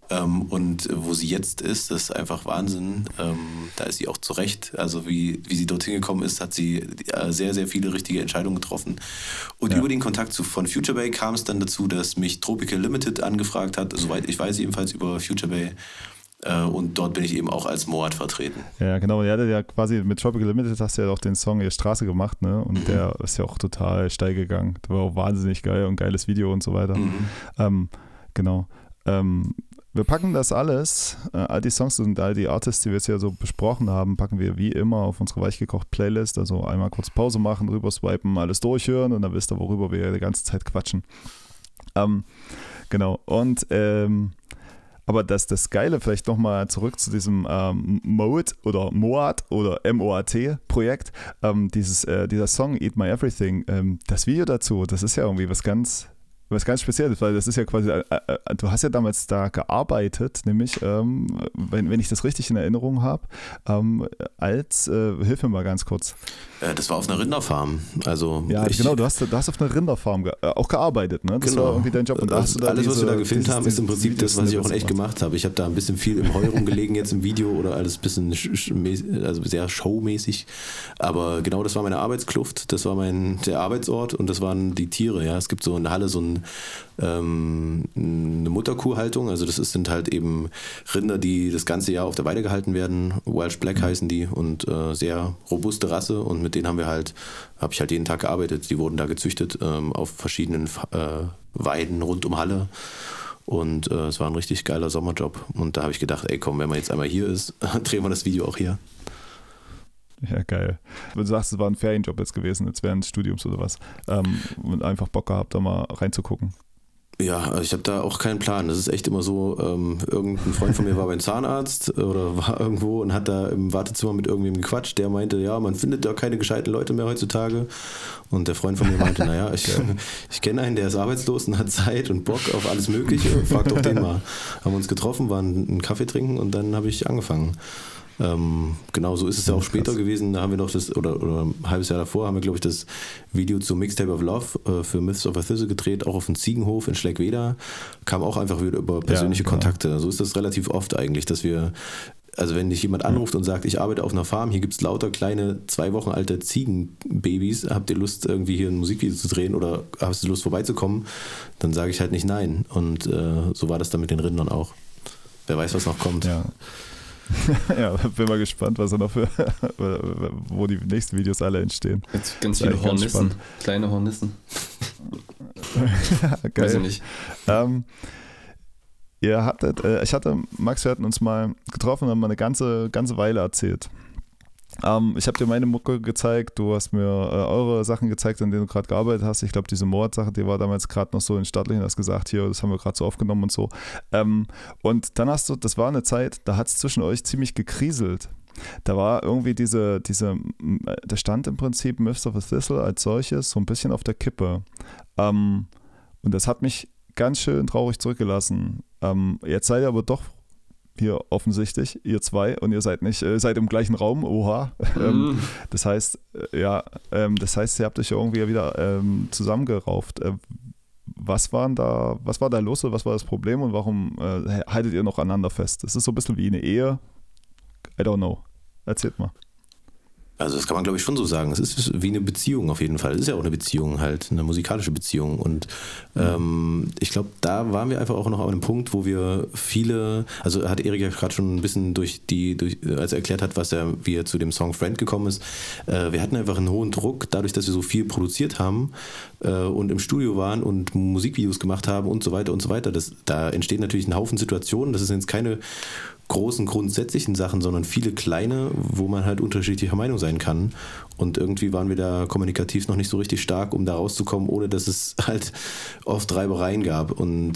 Speaker 3: Und wo sie jetzt ist, das ist einfach Wahnsinn. Da ist sie auch zurecht. Also wie sie dorthin gekommen ist, hat sie sehr, sehr viele richtige Entscheidungen getroffen. Und über den Kontakt von Future Bay kam es dann dazu, dass mich Tropical Limited angefragt hat, soweit ich weiß, ebenfalls über Future Bay. Und dort bin ich eben auch als Moat vertreten.
Speaker 1: Ja, genau. Ja, ja, quasi mit Tropical Limited hast du ja auch den Song Ihr Straße gemacht, ne? Und der ist ja auch total steil gegangen. Das war auch wahnsinnig geil und geiles Video und so weiter. Genau. Wir packen das alles, all die Songs und all die Artists, die wir jetzt ja so besprochen haben, packen wir wie immer auf unsere Weichgekocht-Playlist. Also einmal kurz Pause machen, rüber swipen, alles durchhören und dann wisst ihr, worüber wir die ganze Zeit quatschen. Genau. Und aber das Geile, vielleicht nochmal zurück zu diesem Mode oder Moat oder MOAT-Projekt, dieser Song Eat My Everything, das Video dazu, das ist ja irgendwie was ganz Spezielles, weil das ist ja quasi, du hast ja damals da gearbeitet, nämlich, wenn ich das richtig in Erinnerung habe, hilf mir mal ganz kurz.
Speaker 3: Das war auf einer Rinderfarm. Also
Speaker 1: ja, genau, du hast auf einer Rinderfarm auch gearbeitet, ne? Das war irgendwie dein Job. Und da hast du da
Speaker 3: alles, was wir da gefilmt haben, ist im Prinzip das, was ich auch in echt gemacht habe. Ich habe da ein bisschen viel im Heu rumgelegen jetzt im Video oder alles ein bisschen, also sehr showmäßig. Aber genau, das war meine Arbeitskluft, das war der Arbeitsort und das waren die Tiere. Ja, es gibt so in der Halle so eine Mutterkuhhaltung, also sind halt eben Rinder, die das ganze Jahr auf der Weide gehalten werden. Welsh Black heißen die und sehr robuste Rasse und mit denen habe ich halt jeden Tag gearbeitet. Die wurden da gezüchtet auf verschiedenen Weiden rund um Halle und es war ein richtig geiler Sommerjob und da habe ich gedacht, ey komm, wenn man jetzt einmal hier ist, drehen wir das Video auch hier.
Speaker 1: Ja, geil. Wenn du sagst, es war ein Ferienjob jetzt gewesen, jetzt während des Studiums oder was, und einfach Bock gehabt, da mal reinzugucken.
Speaker 3: Ja, ich habe da auch keinen Plan. Das ist echt immer so, irgendein Freund von mir war beim Zahnarzt oder war irgendwo und hat da im Wartezimmer mit irgendwem gequatscht. Der meinte, ja, man findet da keine gescheiten Leute mehr heutzutage. Und der Freund von mir meinte, naja, ich kenne einen, der ist arbeitslos und hat Zeit und Bock auf alles Mögliche. Frag doch den mal. Haben uns getroffen, waren einen Kaffee trinken und dann habe ich angefangen. Genau, so ist es ja auch später gewesen. Da haben wir noch oder ein halbes Jahr davor haben wir, glaube ich, das Video zu Mixtape of Love für Myths of a Thistle gedreht, auch auf dem Ziegenhof in Schleckwerder. Kam auch einfach wieder über persönliche Kontakte. So ist das relativ oft eigentlich, dass wir also wenn dich jemand anruft und sagt, ich arbeite auf einer Farm, hier gibt es lauter kleine 2 Wochen alte Ziegenbabys, habt ihr Lust, irgendwie hier ein Musikvideo zu drehen oder hast du Lust vorbeizukommen, dann sage ich halt nicht nein. Und so war das dann mit den Rindern auch. Wer weiß, was noch kommt.
Speaker 1: Ja. Ja, bin mal gespannt, was da noch wo die nächsten Videos alle entstehen.
Speaker 2: Jetzt ganz viele Hornissen, kleine Hornissen.
Speaker 1: Geil.
Speaker 2: Weiß ich nicht.
Speaker 1: Max, wir hatten uns mal getroffen und haben mal eine ganze Weile erzählt. Ich habe dir meine Mucke gezeigt, du hast mir eure Sachen gezeigt, an denen du gerade gearbeitet hast. Ich glaube, diese Mord-Sache, die war damals gerade noch so in Startlingen, hast gesagt, hier, das haben wir gerade so aufgenommen und so. Und dann das war eine Zeit, da hat es zwischen euch ziemlich gekriselt. Da war irgendwie der stand im Prinzip Myths of a Thistle als solches so ein bisschen auf der Kippe. Und das hat mich ganz schön traurig zurückgelassen. Jetzt seid ihr aber doch hier offensichtlich, ihr zwei, und ihr seid im gleichen Raum, oha. Das heißt, ihr habt euch irgendwie wieder zusammengerauft. Was war da los oder was war das Problem und warum haltet ihr noch aneinander fest? Das ist so ein bisschen wie eine Ehe. I don't know. Erzählt mal.
Speaker 3: Also das kann man, glaube ich, schon so sagen. Es ist wie eine Beziehung auf jeden Fall. Es ist ja auch eine Beziehung halt, eine musikalische Beziehung. Und ich glaube, da waren wir einfach auch noch an einem Punkt, wo wir also hat Erik ja gerade schon ein bisschen als er erklärt hat, wie er zu dem Song Friend gekommen ist. Wir hatten einfach einen hohen Druck, dadurch, dass wir so viel produziert haben und im Studio waren und Musikvideos gemacht haben und so weiter und so weiter. Da entstehen natürlich ein Haufen Situationen. Das ist jetzt keine großen grundsätzlichen Sachen, sondern viele kleine, wo man halt unterschiedlicher Meinung sein kann. Und irgendwie waren wir da kommunikativ noch nicht so richtig stark, um da rauszukommen, ohne dass es halt oft Reibereien gab. Und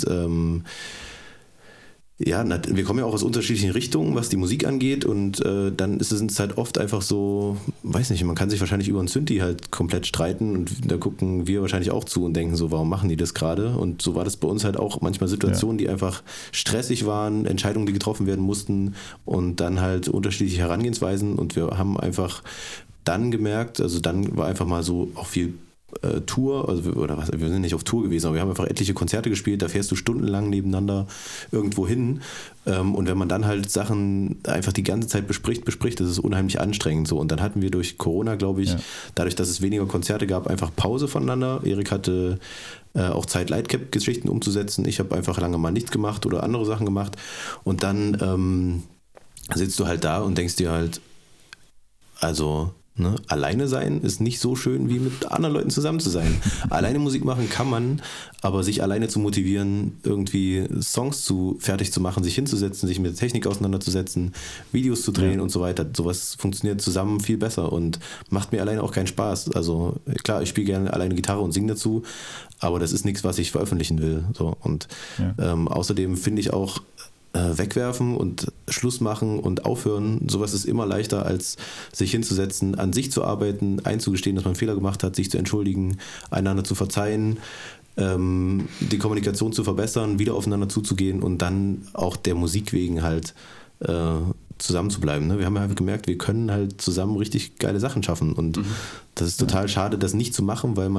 Speaker 3: wir kommen ja auch aus unterschiedlichen Richtungen, was die Musik angeht, und dann ist es halt oft einfach so, weiß nicht, man kann sich wahrscheinlich über einen Synthi halt komplett streiten und da gucken wir wahrscheinlich auch zu und denken so, warum machen die das gerade? Und so war das bei uns halt auch manchmal Situationen, die einfach stressig waren, Entscheidungen, die getroffen werden mussten und dann halt unterschiedliche Herangehensweisen, und wir haben einfach dann gemerkt, also dann war einfach mal so auch viel Tour, wir sind nicht auf Tour gewesen, aber wir haben einfach etliche Konzerte gespielt, da fährst du stundenlang nebeneinander irgendwo hin, und wenn man dann halt Sachen einfach die ganze Zeit bespricht, das ist unheimlich anstrengend so. Und dann hatten wir durch Corona, glaube ich, dadurch, dass es weniger Konzerte gab, einfach Pause voneinander. Erik hatte auch Zeit, Lightcap-Geschichten umzusetzen. Ich habe einfach lange mal nichts gemacht oder andere Sachen gemacht, und dann sitzt du halt da und denkst dir halt, also alleine sein ist nicht so schön, wie mit anderen Leuten zusammen zu sein. Alleine Musik machen kann man, aber sich alleine zu motivieren, irgendwie Songs fertig zu machen, sich hinzusetzen, sich mit der Technik auseinanderzusetzen, Videos zu drehen und so weiter, sowas funktioniert zusammen viel besser und macht mir alleine auch keinen Spaß. Also klar, ich spiele gerne alleine Gitarre und singe dazu, aber das ist nichts, was ich veröffentlichen will. So. Und außerdem finde ich auch, wegwerfen und Schluss machen und aufhören, sowas ist immer leichter, als sich hinzusetzen, an sich zu arbeiten, einzugestehen, dass man Fehler gemacht hat, sich zu entschuldigen, einander zu verzeihen, die Kommunikation zu verbessern, wieder aufeinander zuzugehen und dann auch der Musik wegen halt zusammen zu bleiben. Ne? Wir haben halt gemerkt, wir können halt zusammen richtig geile Sachen schaffen, und das ist total schade, das nicht zu machen, weil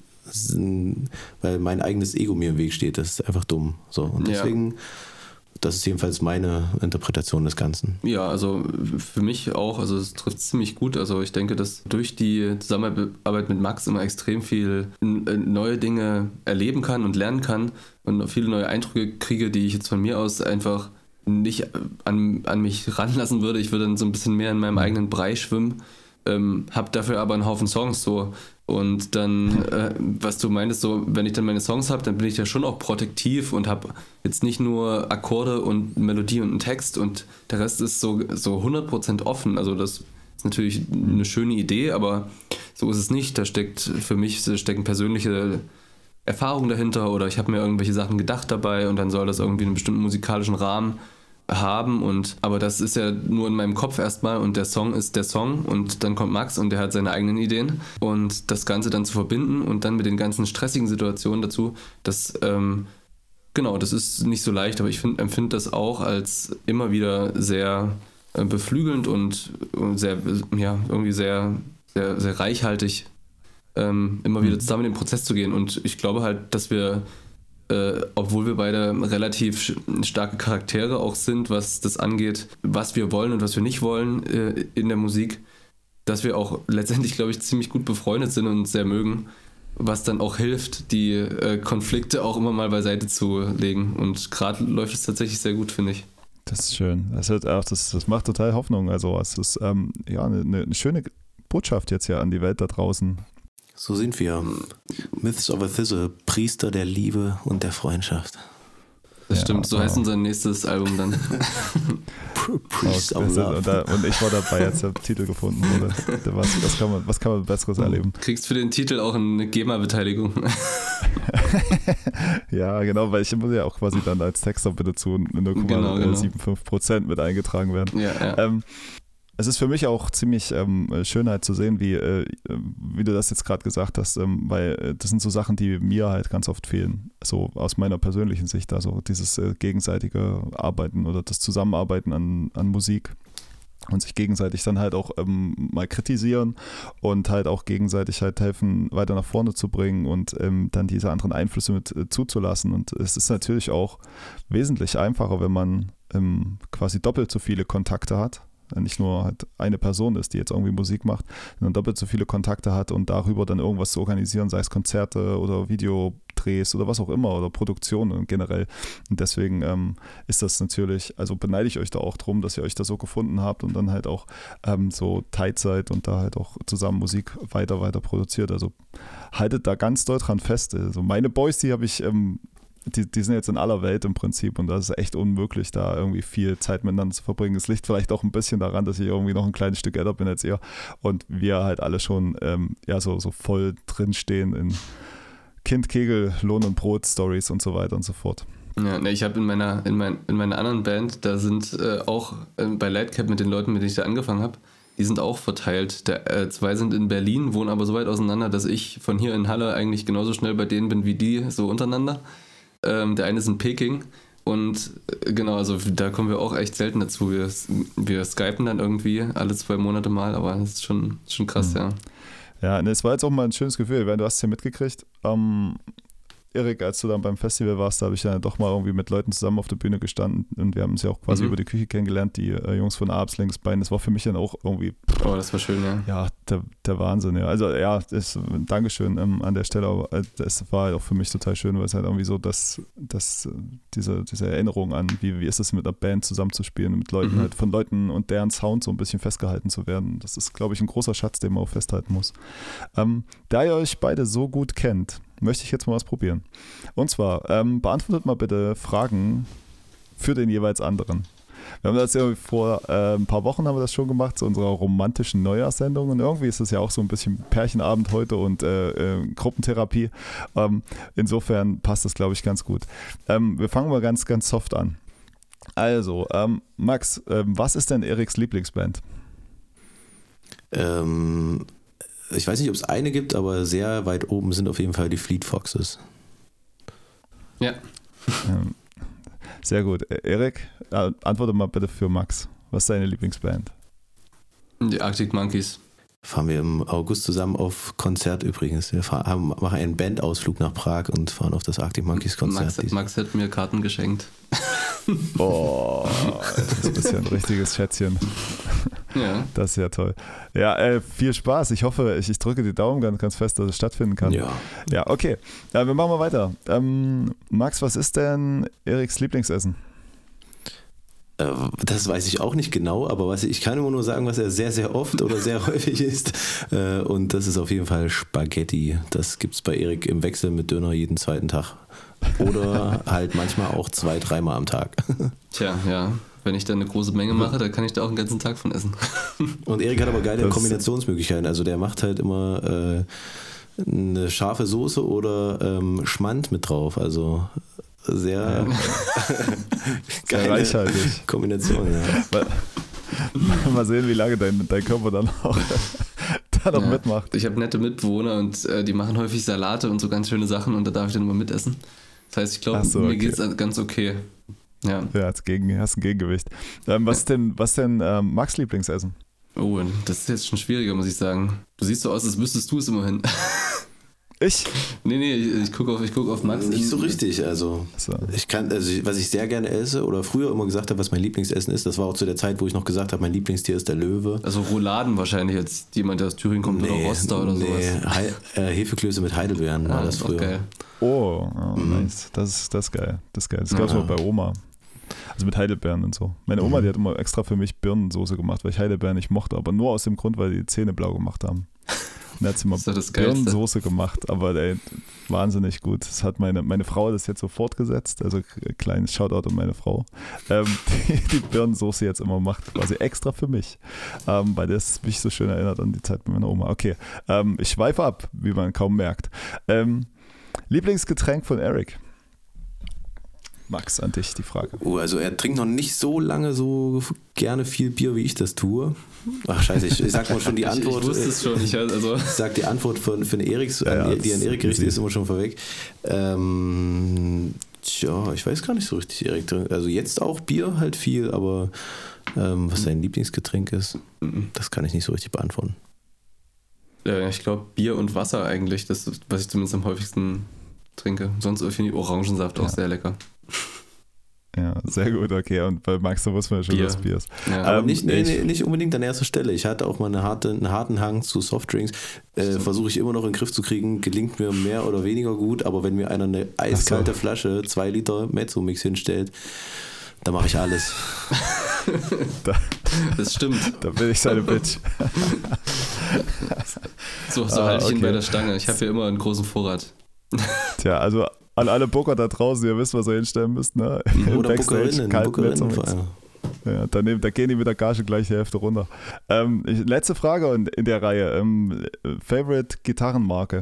Speaker 3: mein eigenes Ego mir im Weg steht. Das ist einfach dumm. So. Und deswegen das ist jedenfalls meine Interpretation des Ganzen.
Speaker 2: Ja, also für mich auch, also es trifft ziemlich gut. Also ich denke, dass durch die Zusammenarbeit mit Max immer extrem viel neue Dinge erleben kann und lernen kann und viele neue Eindrücke kriege, die ich jetzt von mir aus einfach nicht an mich ranlassen würde. Ich würde dann so ein bisschen mehr in meinem eigenen Brei schwimmen, habe dafür aber einen Haufen Songs so. Und dann, was du meintest, so, wenn ich dann meine Songs habe, dann bin ich ja schon auch protektiv und habe jetzt nicht nur Akkorde und Melodie und einen Text und der Rest ist so 100% offen. Also das ist natürlich eine schöne Idee, aber so ist es nicht. Da stecken persönliche Erfahrungen dahinter oder ich habe mir irgendwelche Sachen gedacht dabei und dann soll das irgendwie einen bestimmten musikalischen Rahmen haben, aber das ist ja nur in meinem Kopf erstmal und der Song ist der Song und dann kommt Max und der hat seine eigenen Ideen und das Ganze dann zu verbinden und dann mit den ganzen stressigen Situationen dazu, das ist nicht so leicht, aber ich empfinde das auch als immer wieder sehr beflügelnd und sehr, irgendwie sehr, sehr, sehr reichhaltig, immer wieder zusammen in den Prozess zu gehen, und ich glaube halt, dass wir obwohl wir beide relativ starke Charaktere auch sind, was das angeht, was wir wollen und was wir nicht wollen in der Musik, dass wir auch letztendlich, glaube ich, ziemlich gut befreundet sind und uns sehr mögen, was dann auch hilft, die Konflikte auch immer mal beiseite zu legen. Und gerade läuft es tatsächlich sehr gut, finde ich.
Speaker 1: Das ist schön. Das macht total Hoffnung. Also es ist eine schöne Botschaft jetzt ja an die Welt da draußen.
Speaker 3: So sind wir. Myths of a Thistle, Priester der Liebe und der Freundschaft.
Speaker 2: Das stimmt, so heißt unser nächstes Album dann.
Speaker 3: Priest of Love.
Speaker 1: Und ich war dabei, als der Titel gefunden wurde. Was kann man Besseres erleben?
Speaker 2: Du kriegst für den Titel auch eine GEMA-Beteiligung.
Speaker 1: Ja, genau, weil ich muss ja auch quasi dann als Texter bitte zu 0,75% mit eingetragen werden.
Speaker 2: Ja.
Speaker 1: Es ist für mich auch ziemlich schön halt zu sehen, wie du das jetzt gerade gesagt hast, weil das sind so Sachen, die mir halt ganz oft fehlen, so aus meiner persönlichen Sicht, also dieses gegenseitige Arbeiten oder das Zusammenarbeiten an Musik und sich gegenseitig dann halt auch mal kritisieren und halt auch gegenseitig halt helfen, weiter nach vorne zu bringen und dann diese anderen Einflüsse mit zuzulassen. Und es ist natürlich auch wesentlich einfacher, wenn man quasi doppelt so viele Kontakte hat. Nicht nur halt eine Person ist, die jetzt irgendwie Musik macht, sondern doppelt so viele Kontakte hat und darüber dann irgendwas zu organisieren, sei es Konzerte oder Videodrehs oder was auch immer oder Produktionen generell. Und deswegen ist das natürlich, also beneide ich euch da auch drum, dass ihr euch da so gefunden habt und dann halt auch so tight seid und da halt auch zusammen Musik weiter produziert. Also haltet da ganz doll dran fest. Also meine Boys, die habe ich die sind jetzt in aller Welt im Prinzip und das ist echt unmöglich, da irgendwie viel Zeit miteinander zu verbringen. Es liegt vielleicht auch ein bisschen daran, dass ich irgendwie noch ein kleines Stück älter bin als ihr und wir halt alle schon so voll drinstehen in Kind, Kegel, Lohn und Brot Stories und so weiter und so fort.
Speaker 2: Ja, ich habe in meiner anderen Band, da sind auch bei Lightcap mit den Leuten, mit denen ich da angefangen habe, die sind auch verteilt. Zwei sind in Berlin, wohnen aber so weit auseinander, dass ich von hier in Halle eigentlich genauso schnell bei denen bin wie die so untereinander. Der eine ist in Peking und genau, also da kommen wir auch echt selten dazu. Wir skypen dann irgendwie alle 2 Monate mal, aber das ist schon krass, ja.
Speaker 1: Ja, es war jetzt auch mal ein schönes Gefühl, weil du hast es ja mitgekriegt. Erik, als du dann beim Festival warst, da habe ich ja doch mal irgendwie mit Leuten zusammen auf der Bühne gestanden und wir haben uns ja auch quasi über die Küche kennengelernt, die Jungs von Abs links Bein. Das war für mich dann auch irgendwie.
Speaker 2: Oh, das war schön, ja.
Speaker 1: Ja, der Wahnsinn, ja. Also ja, Dankeschön an der Stelle, aber das war halt auch für mich total schön, weil es halt irgendwie so, dass diese Erinnerung an, wie ist es mit einer Band zusammenzuspielen, mit Leuten halt von Leuten und deren Sound so ein bisschen festgehalten zu werden. Das ist, glaube ich, ein großer Schatz, den man auch festhalten muss. Da ihr euch beide so gut kennt, möchte ich jetzt mal was probieren. Und zwar, beantwortet mal bitte Fragen für den jeweils anderen. Wir haben das ja vor ein paar Wochen haben wir das schon gemacht, zu unserer romantischen Neujahrssendung und irgendwie ist das ja auch so ein bisschen Pärchenabend heute und Gruppentherapie. Insofern passt das, glaube ich, ganz gut. Wir fangen mal ganz, ganz soft an. Also, Max, was ist denn Eriks Lieblingsband?
Speaker 3: Ich weiß nicht, ob es eine gibt, aber sehr weit oben sind auf jeden Fall die Fleet Foxes.
Speaker 2: Ja.
Speaker 1: Sehr gut. Erik, antworte mal bitte für Max. Was ist deine Lieblingsband?
Speaker 2: Die Arctic Monkeys.
Speaker 3: Fahren wir im August zusammen auf Konzert übrigens. Wir machen einen Bandausflug nach Prag und fahren auf das Arctic Monkeys Konzert.
Speaker 2: Max hat mir Karten geschenkt.
Speaker 1: Oh, das ist ja ein richtiges Schätzchen.
Speaker 2: Ja.
Speaker 1: Das ist ja toll. Ja, viel Spaß. Ich hoffe, ich drücke die Daumen ganz, ganz fest, dass es stattfinden kann. Ja, okay. Wir machen mal weiter. Max, was ist denn Eriks Lieblingsessen?
Speaker 3: Das weiß ich auch nicht genau, aber ich kann immer nur sagen, was er sehr, sehr oft oder sehr häufig isst. Und das ist auf jeden Fall Spaghetti. Das gibt es bei Erik im Wechsel mit Döner jeden zweiten Tag. Oder halt manchmal auch 2-3 Mal am Tag.
Speaker 2: Tja, ja. Wenn ich da eine große Menge mache, dann kann ich da auch einen ganzen Tag von essen.
Speaker 3: Und Erik hat aber geile Kombinationsmöglichkeiten. Also der macht halt immer eine scharfe Soße oder Schmand mit drauf. Also sehr geile
Speaker 1: reichhaltig.
Speaker 3: Kombination. Ja.
Speaker 1: Mal sehen, wie lange dein Körper dann auch mitmacht.
Speaker 2: Ich habe nette Mitbewohner und die machen häufig Salate und so ganz schöne Sachen und da darf ich dann immer mitessen. Das heißt, ich glaube, mir geht es ganz okay. Ja,
Speaker 1: hast ein Gegengewicht. Was denn Max Lieblingsessen?
Speaker 2: Oh, das ist jetzt schon schwieriger, muss ich sagen. Du siehst so aus, als wüsstest du es immerhin. Nee, ich guck auf Max.
Speaker 3: Nicht so richtig, also was ich sehr gerne esse oder früher immer gesagt habe, was mein Lieblingsessen ist, das war auch zu der Zeit, wo ich noch gesagt habe, mein Lieblingstier ist der Löwe.
Speaker 2: Also Rouladen wahrscheinlich, als jemand, der aus Thüringen kommt, oder Roster oder sowas.
Speaker 3: Hefeklöße mit Heidelbeeren war das früher.
Speaker 2: Geil.
Speaker 1: Nice. Das ist geil. Das gab es auch bei Oma. Also mit Heidelbeeren und so. Meine Oma, die hat immer extra für mich Birnensoße gemacht, weil ich Heidelbeeren nicht mochte, aber nur aus dem Grund, weil die Zähne blau gemacht haben. Dann hat sie mal Birnensoße gemacht, aber wahnsinnig gut. Das hat meine Frau das jetzt so fortgesetzt, also kleines Shoutout an meine Frau, die Birnensoße jetzt immer macht, quasi extra für mich, weil das mich so schön erinnert an die Zeit mit meiner Oma. Okay, ich schweife ab, wie man kaum merkt. Lieblingsgetränk von Eric? Max, an dich die Frage.
Speaker 3: Also er trinkt noch nicht so lange so gerne viel Bier, wie ich das tue. Ach scheiße, ich sag mal schon die Antwort.
Speaker 2: Ich wusste es schon. Ich
Speaker 3: sag die Antwort von Eriks, die an Erik gerichtet ist, immer schon vorweg. Ich weiß gar nicht so richtig, Erik. Also jetzt auch Bier halt viel, aber was sein Lieblingsgetränk ist, das kann ich nicht so richtig beantworten.
Speaker 2: Ich glaube Bier und Wasser eigentlich, das ist, was ich zumindest am häufigsten trinke. Sonst finde ich Orangensaft auch sehr lecker.
Speaker 1: Ja, sehr gut, okay. Und bei Max, da wusste man ja schon, dass Bier ist.
Speaker 3: Ja. Aber nicht unbedingt an erster Stelle. Ich hatte auch mal einen harten Hang zu Softdrinks. Versuche ich immer noch in den Griff zu kriegen. Gelingt mir mehr oder weniger gut. Aber wenn mir einer eine eiskalte Flasche 2 Liter Mezzo-Mix hinstellt, da mache ich alles.
Speaker 2: Das stimmt.
Speaker 1: Da bin ich seine Bitch.
Speaker 2: So halte ich ihn bei der Stange. Ich habe hier immer einen großen Vorrat.
Speaker 1: Tja, also an alle Booker da draußen, ihr wisst, was ihr hinstellen müsst, ne?
Speaker 3: Oder Bookerinnen vor allem.
Speaker 1: Ja, da gehen die mit der Gage gleich die Hälfte runter. Letzte Frage in der Reihe. Favorite Gitarrenmarke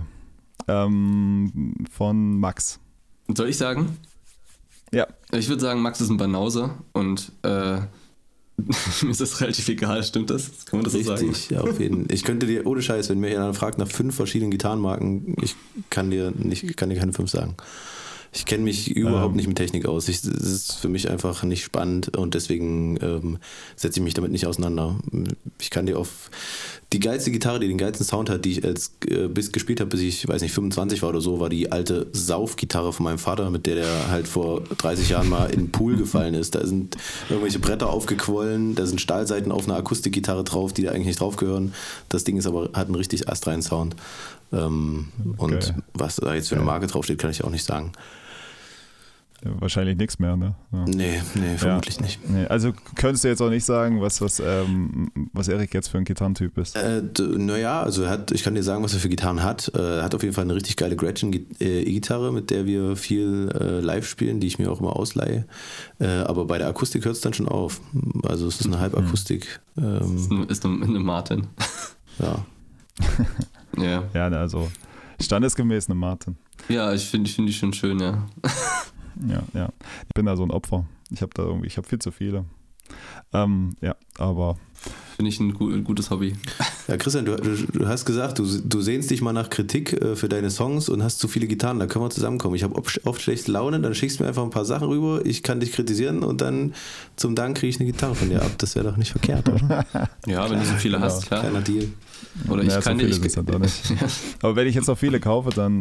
Speaker 1: von Max.
Speaker 2: Soll ich sagen?
Speaker 1: Ja.
Speaker 2: Ich würde sagen, Max ist ein Banause und mir ist das relativ egal, stimmt das? Kann man das so sagen?
Speaker 3: Richtig, ja, auf jeden Fall. Ich könnte dir, ohne Scheiß, wenn mir einer fragt nach 5 verschiedenen Gitarrenmarken, ich kann dir keine 5 sagen. Ich kenne mich überhaupt nicht mit Technik aus. Das ist für mich einfach nicht spannend und deswegen setze ich mich damit nicht auseinander. Ich kann dir auf die geilste Gitarre, die den geilsten Sound hat, die ich bis gespielt habe, bis ich, weiß nicht, 25 war oder so, war die alte Saufgitarre von meinem Vater, mit der halt vor 30 Jahren mal in den Pool gefallen ist. Da sind irgendwelche Bretter aufgequollen, da sind Stahlseiten auf einer Akustikgitarre drauf, die da eigentlich nicht drauf gehören. Das Ding hat einen richtig astreinen Sound. Und was da jetzt für eine Marke draufsteht, kann ich auch nicht sagen.
Speaker 1: Wahrscheinlich nichts mehr, ne? Ja.
Speaker 3: Nee, vermutlich nicht.
Speaker 1: Nee, also könntest du jetzt auch nicht sagen, was Erik jetzt für ein Gitarrentyp ist?
Speaker 3: Naja, also ich kann dir sagen, was er für Gitarren hat. Er hat auf jeden Fall eine richtig geile Gretchen-E-Gitarre, mit der wir viel live spielen, die ich mir auch immer ausleihe. Aber bei der Akustik hört es dann schon auf. Also es ist eine Halbakustik.
Speaker 2: Ist eine Martin.
Speaker 3: Ja.
Speaker 2: Ja.
Speaker 1: Ja, also standesgemäß eine Martin.
Speaker 2: Ja, ich finde die schon schön, ja.
Speaker 1: Ja. Ich bin da so ein Opfer. Ich habe viel zu viele. Aber.
Speaker 2: Finde ich ein gutes Hobby.
Speaker 3: Ja, Christian, du hast gesagt, du sehnst dich mal nach Kritik für deine Songs und hast zu viele Gitarren, da können wir zusammenkommen. Ich habe oft schlechte Laune, dann schickst du mir einfach ein paar Sachen rüber, ich kann dich kritisieren und dann zum Dank kriege ich eine Gitarre von dir ab. Das wäre doch nicht verkehrt, oder?
Speaker 2: Ja, wenn du so viele hast, klar.
Speaker 3: Kleiner Deal.
Speaker 2: Oder ich kann
Speaker 1: so viele sind da nicht. Aber wenn ich jetzt noch viele kaufe, dann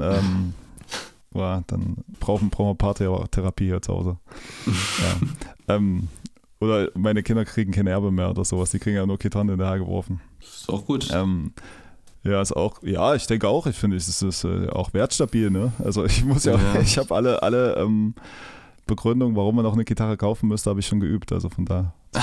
Speaker 1: brauchen wir Paartherapie hier zu Hause. Ja. Oder meine Kinder kriegen kein Erbe mehr oder sowas. Die kriegen ja nur Gitarren in der Haar geworfen.
Speaker 2: Ist auch gut.
Speaker 1: Ich denke auch. Ich finde, es ist auch wertstabil, ne? Also ich habe alle Begründungen, warum man auch eine Gitarre kaufen müsste, habe ich schon geübt. Also von da.
Speaker 2: Das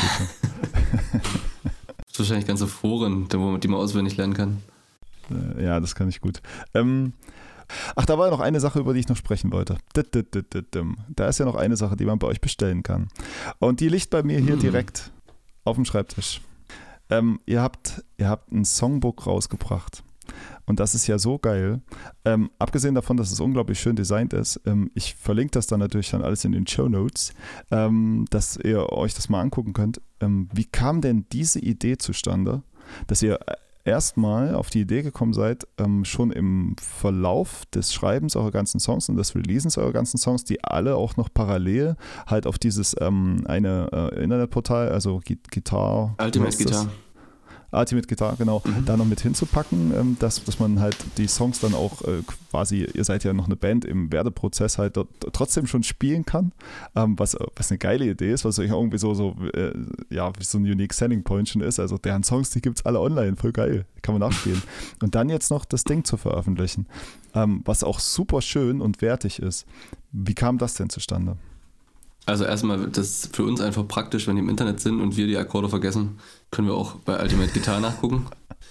Speaker 2: ist wahrscheinlich ganze Foren, die man auswendig lernen kann.
Speaker 1: Ja, das kann ich gut. Ach, da war noch eine Sache, über die ich noch sprechen wollte. Da ist ja noch eine Sache, die man bei euch bestellen kann. Und die liegt bei mir hier direkt auf dem Schreibtisch. Ihr habt ein Songbook rausgebracht. Und das ist ja so geil. Abgesehen davon, dass es unglaublich schön designt ist, ich verlinke das dann natürlich dann alles in den Shownotes, dass ihr euch das mal angucken könnt. Wie kam denn diese Idee zustande, dass ihr erstmal auf die Idee gekommen seid, schon im Verlauf des Schreibens eurer ganzen Songs und des Releasens eurer ganzen Songs, die alle auch noch parallel halt auf dieses Internetportal, also Guitar...
Speaker 2: Ultimate Guitar.
Speaker 1: Ultimate Guitar, genau, da noch mit hinzupacken, dass man halt die Songs dann auch quasi, ihr seid ja noch eine Band im Werdeprozess halt dort trotzdem schon spielen kann, was eine geile Idee ist, was irgendwie wie so ein Unique Selling Point schon ist, also deren Songs, die gibt es alle online, voll geil, kann man nachspielen. Und dann jetzt noch das Ding zu veröffentlichen, was auch super schön und wertig ist. Wie kam das denn zustande?
Speaker 2: Also erstmal, das ist für uns einfach praktisch, wenn die im Internet sind und wir die Akkorde vergessen, können wir auch bei Ultimate Guitar nachgucken.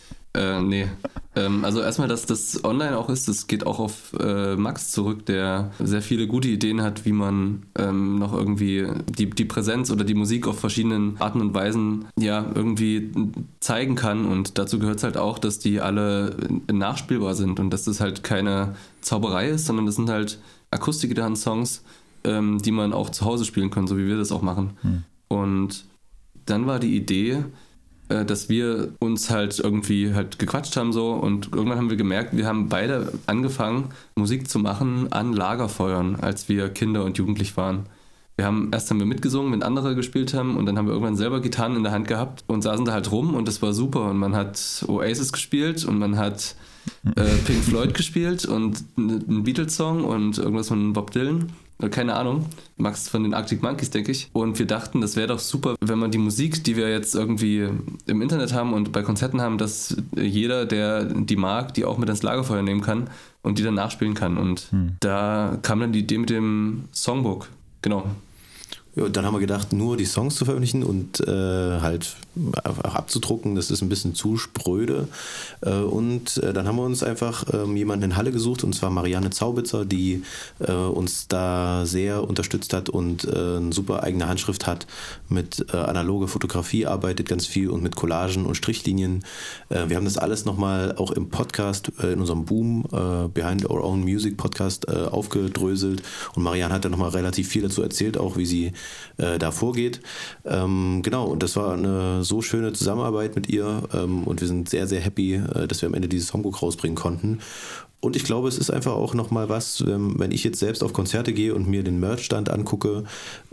Speaker 2: Also erstmal, dass das online auch ist, das geht auch auf Max zurück, der sehr viele gute Ideen hat, wie man noch irgendwie die Präsenz oder die Musik auf verschiedenen Arten und Weisen ja irgendwie zeigen kann, und dazu gehört es halt auch, dass die alle nachspielbar sind und dass das halt keine Zauberei ist, sondern das sind halt Akustikgitarren-Songs, die man auch zu Hause spielen kann, so wie wir das auch machen. Und dann war die Idee, dass wir uns halt irgendwie halt gequatscht haben so, und irgendwann haben wir gemerkt, wir haben beide angefangen, Musik zu machen an Lagerfeuern, als wir Kinder und jugendlich waren. Erst haben wir mitgesungen, wenn andere gespielt haben, und dann haben wir irgendwann selber Gitarren in der Hand gehabt und saßen da halt rum, und das war super, und man hat Oasis gespielt und man hat Pink Floyd gespielt und einen Beatles-Song und irgendwas von Bob Dylan. Keine Ahnung, Max von den Arctic Monkeys, denke ich. Und wir dachten, das wäre doch super, wenn man die Musik, die wir jetzt irgendwie im Internet haben und bei Konzerten haben, dass jeder, der die mag, die auch mit ins Lagerfeuer nehmen kann und die dann nachspielen kann. Und da kam dann die Idee mit dem Songbook. Genau.
Speaker 3: Ja, und dann haben wir gedacht, nur die Songs zu veröffentlichen und halt abzudrucken, das ist ein bisschen zu spröde. Und dann haben wir uns einfach jemanden in Halle gesucht, und zwar Marianne Zaubitzer, die uns da sehr unterstützt hat und eine super eigene Handschrift hat, mit analoger Fotografie arbeitet ganz viel und mit Collagen und Strichlinien. Wir haben das alles nochmal auch im Podcast, in unserem Boom, Behind Our Own Music Podcast aufgedröselt, und Marianne hat da nochmal relativ viel dazu erzählt, auch wie sie da vorgeht. Genau, und das war eine so schöne Zusammenarbeit mit ihr, und wir sind sehr, sehr happy, dass wir am Ende dieses Songbook rausbringen konnten. Und ich glaube, es ist einfach auch nochmal was, wenn ich jetzt selbst auf Konzerte gehe und mir den Merchstand angucke,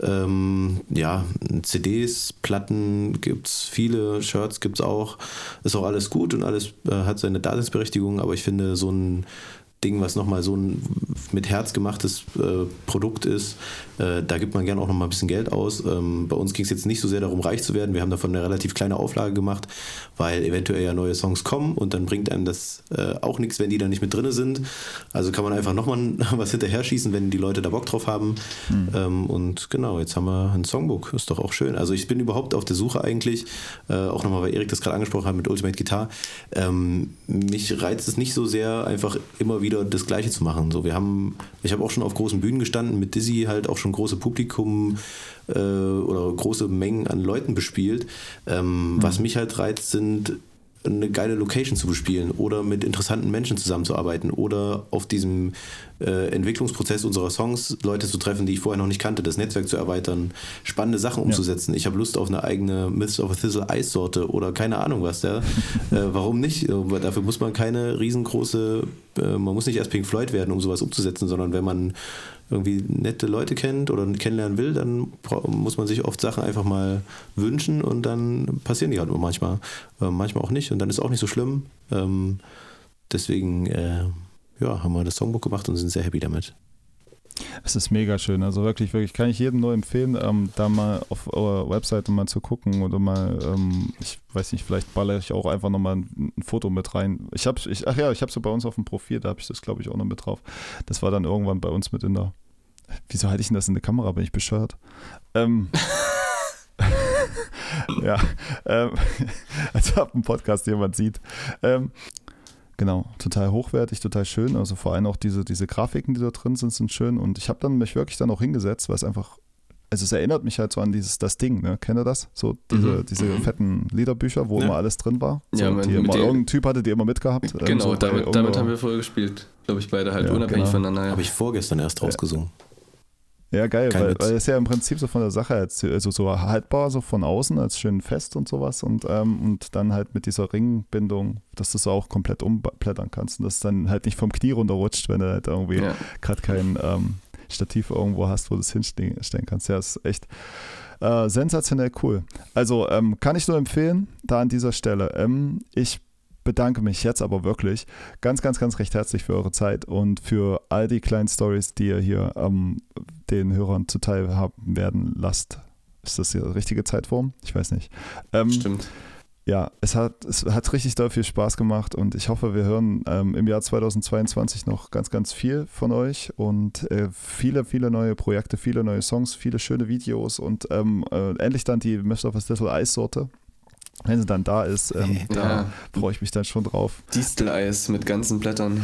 Speaker 3: CDs, Platten gibt's viele, Shirts gibt's auch, ist auch alles gut und alles hat seine Daseinsberechtigung, aber ich finde, so ein Ding, was nochmal so ein mit Herz gemachtes Produkt ist, da gibt man gerne auch nochmal ein bisschen Geld aus. Bei uns ging es jetzt nicht so sehr darum, reich zu werden. Wir haben davon eine relativ kleine Auflage gemacht, weil eventuell ja neue Songs kommen, und dann bringt einem das auch nichts, wenn die da nicht mit drin sind. Also kann man einfach nochmal was hinterher schießen, wenn die Leute da Bock drauf haben. Und genau, jetzt haben wir ein Songbook. Ist doch auch schön. Also ich bin überhaupt auf der Suche eigentlich, auch nochmal, weil Erik das gerade angesprochen hat mit Ultimate Guitar. Mich reizt es nicht so sehr, einfach immer wieder das Gleiche zu machen. So, ich habe auch schon auf großen Bühnen gestanden, mit Dizzy halt auch schon große Publikum oder große Mengen an Leuten bespielt. Was mich halt reizt, sind eine geile Location zu bespielen oder mit interessanten Menschen zusammenzuarbeiten oder auf diesem Entwicklungsprozess unserer Songs Leute zu treffen, die ich vorher noch nicht kannte, das Netzwerk zu erweitern, spannende Sachen umzusetzen. Ich habe Lust auf eine eigene Myths of a Thistle Eissorte oder keine Ahnung was. Warum nicht? Dafür muss man keine riesengroße, man muss nicht erst Pink Floyd werden, um sowas umzusetzen, sondern wenn man irgendwie nette Leute kennt oder kennenlernen will, dann muss man sich oft Sachen einfach mal wünschen, und dann passieren die halt nur manchmal auch nicht, und dann ist auch nicht so schlimm. Deswegen haben wir das Songbook gemacht und sind sehr happy damit.
Speaker 1: Es ist mega schön, also wirklich, wirklich, kann ich jedem nur empfehlen, da mal auf eurer Webseite mal zu gucken oder mal, ich weiß nicht, vielleicht ballere ich auch einfach nochmal ein Foto mit rein. Ich habe so bei uns auf dem Profil, da habe ich das, glaube ich, auch noch mit drauf. Das war dann irgendwann bei uns mit in der, wieso halte ich denn das in der Kamera, bin ich bescheuert? Als ob ein Podcast jemand sieht. Genau, total hochwertig, total schön. Also vor allem auch diese Grafiken, die da drin sind schön. Und ich habe mich wirklich dann auch hingesetzt, weil es einfach, also es erinnert mich halt so an das Ding, ne? Kennt ihr das? So diese fetten Liederbücher, wo immer alles drin war. So,
Speaker 2: ja,
Speaker 1: irgendein Typ hatte die immer mitgehabt.
Speaker 2: Genau, so damit haben wir vorher gespielt. Glaube ich, beide halt unabhängig voneinander. Ja.
Speaker 3: Habe ich vorgestern erst rausgesungen.
Speaker 1: Ja, geil, weil es ja im Prinzip so von der Sache jetzt, also so haltbar, so von außen als schön fest und sowas, und dann halt mit dieser Ringbindung, dass du es auch komplett umblättern kannst und das dann halt nicht vom Knie runterrutscht, wenn du halt irgendwie gerade kein Stativ irgendwo hast, wo du es hinstellen kannst. Ja, ist echt sensationell cool. Also kann ich nur empfehlen, da an dieser Stelle. Ich bedanke mich jetzt aber wirklich ganz, ganz, ganz recht herzlich für eure Zeit und für all die kleinen Stories, die ihr hier den Hörern zuteil haben werden lasst. Ist das die richtige Zeitform? Ich weiß nicht.
Speaker 2: Stimmt.
Speaker 1: Ja, es hat richtig doll viel Spaß gemacht und ich hoffe, wir hören im Jahr 2022 noch ganz, ganz viel von euch und viele, viele neue Projekte, viele neue Songs, viele schöne Videos und endlich dann die Master of a Little Eissorte. Wenn sie dann da ist, da freue ich mich dann schon drauf.
Speaker 2: Distel-Eis mit ganzen Blättern.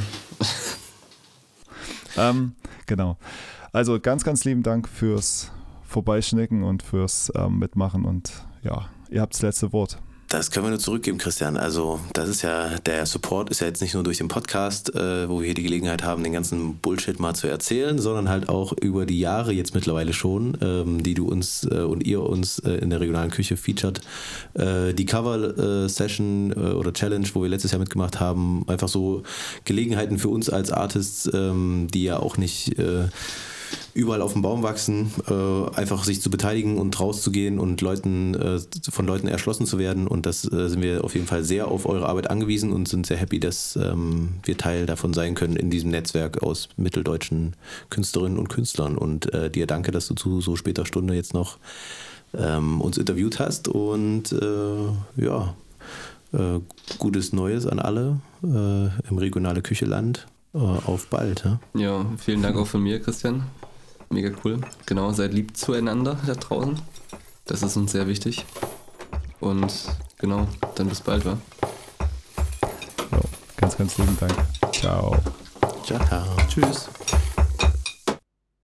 Speaker 1: Genau. Also ganz, ganz lieben Dank fürs Vorbeischnicken und fürs Mitmachen und ja, ihr habt das letzte Wort.
Speaker 3: Das können wir nur zurückgeben, Christian. Also das ist ja, der Support ist ja jetzt nicht nur durch den Podcast, wo wir hier die Gelegenheit haben, den ganzen Bullshit mal zu erzählen, sondern halt auch über die Jahre jetzt mittlerweile schon, die du uns und ihr uns in der regionalen Küche featured. Die Cover-Session oder Challenge, wo wir letztes Jahr mitgemacht haben, einfach so Gelegenheiten für uns als Artists, die ja auch nicht überall auf dem Baum wachsen, einfach sich zu beteiligen und rauszugehen und von Leuten erschlossen zu werden. Und das sind wir auf jeden Fall sehr auf eure Arbeit angewiesen und sind sehr happy, dass wir Teil davon sein können in diesem Netzwerk aus mitteldeutschen Künstlerinnen und Künstlern. Und dir danke, dass du zu so später Stunde jetzt noch uns interviewt hast. Und gutes Neues an alle im regionale Kücheland. Auf bald.
Speaker 2: Ja, vielen Dank auch von mir, Christian. Mega cool. Genau, seid lieb zueinander da draußen. Das ist uns sehr wichtig. Und genau, dann bis bald, wa?
Speaker 1: Ja, ganz, ganz lieben Dank. Ciao.
Speaker 3: Ciao. Tschüss.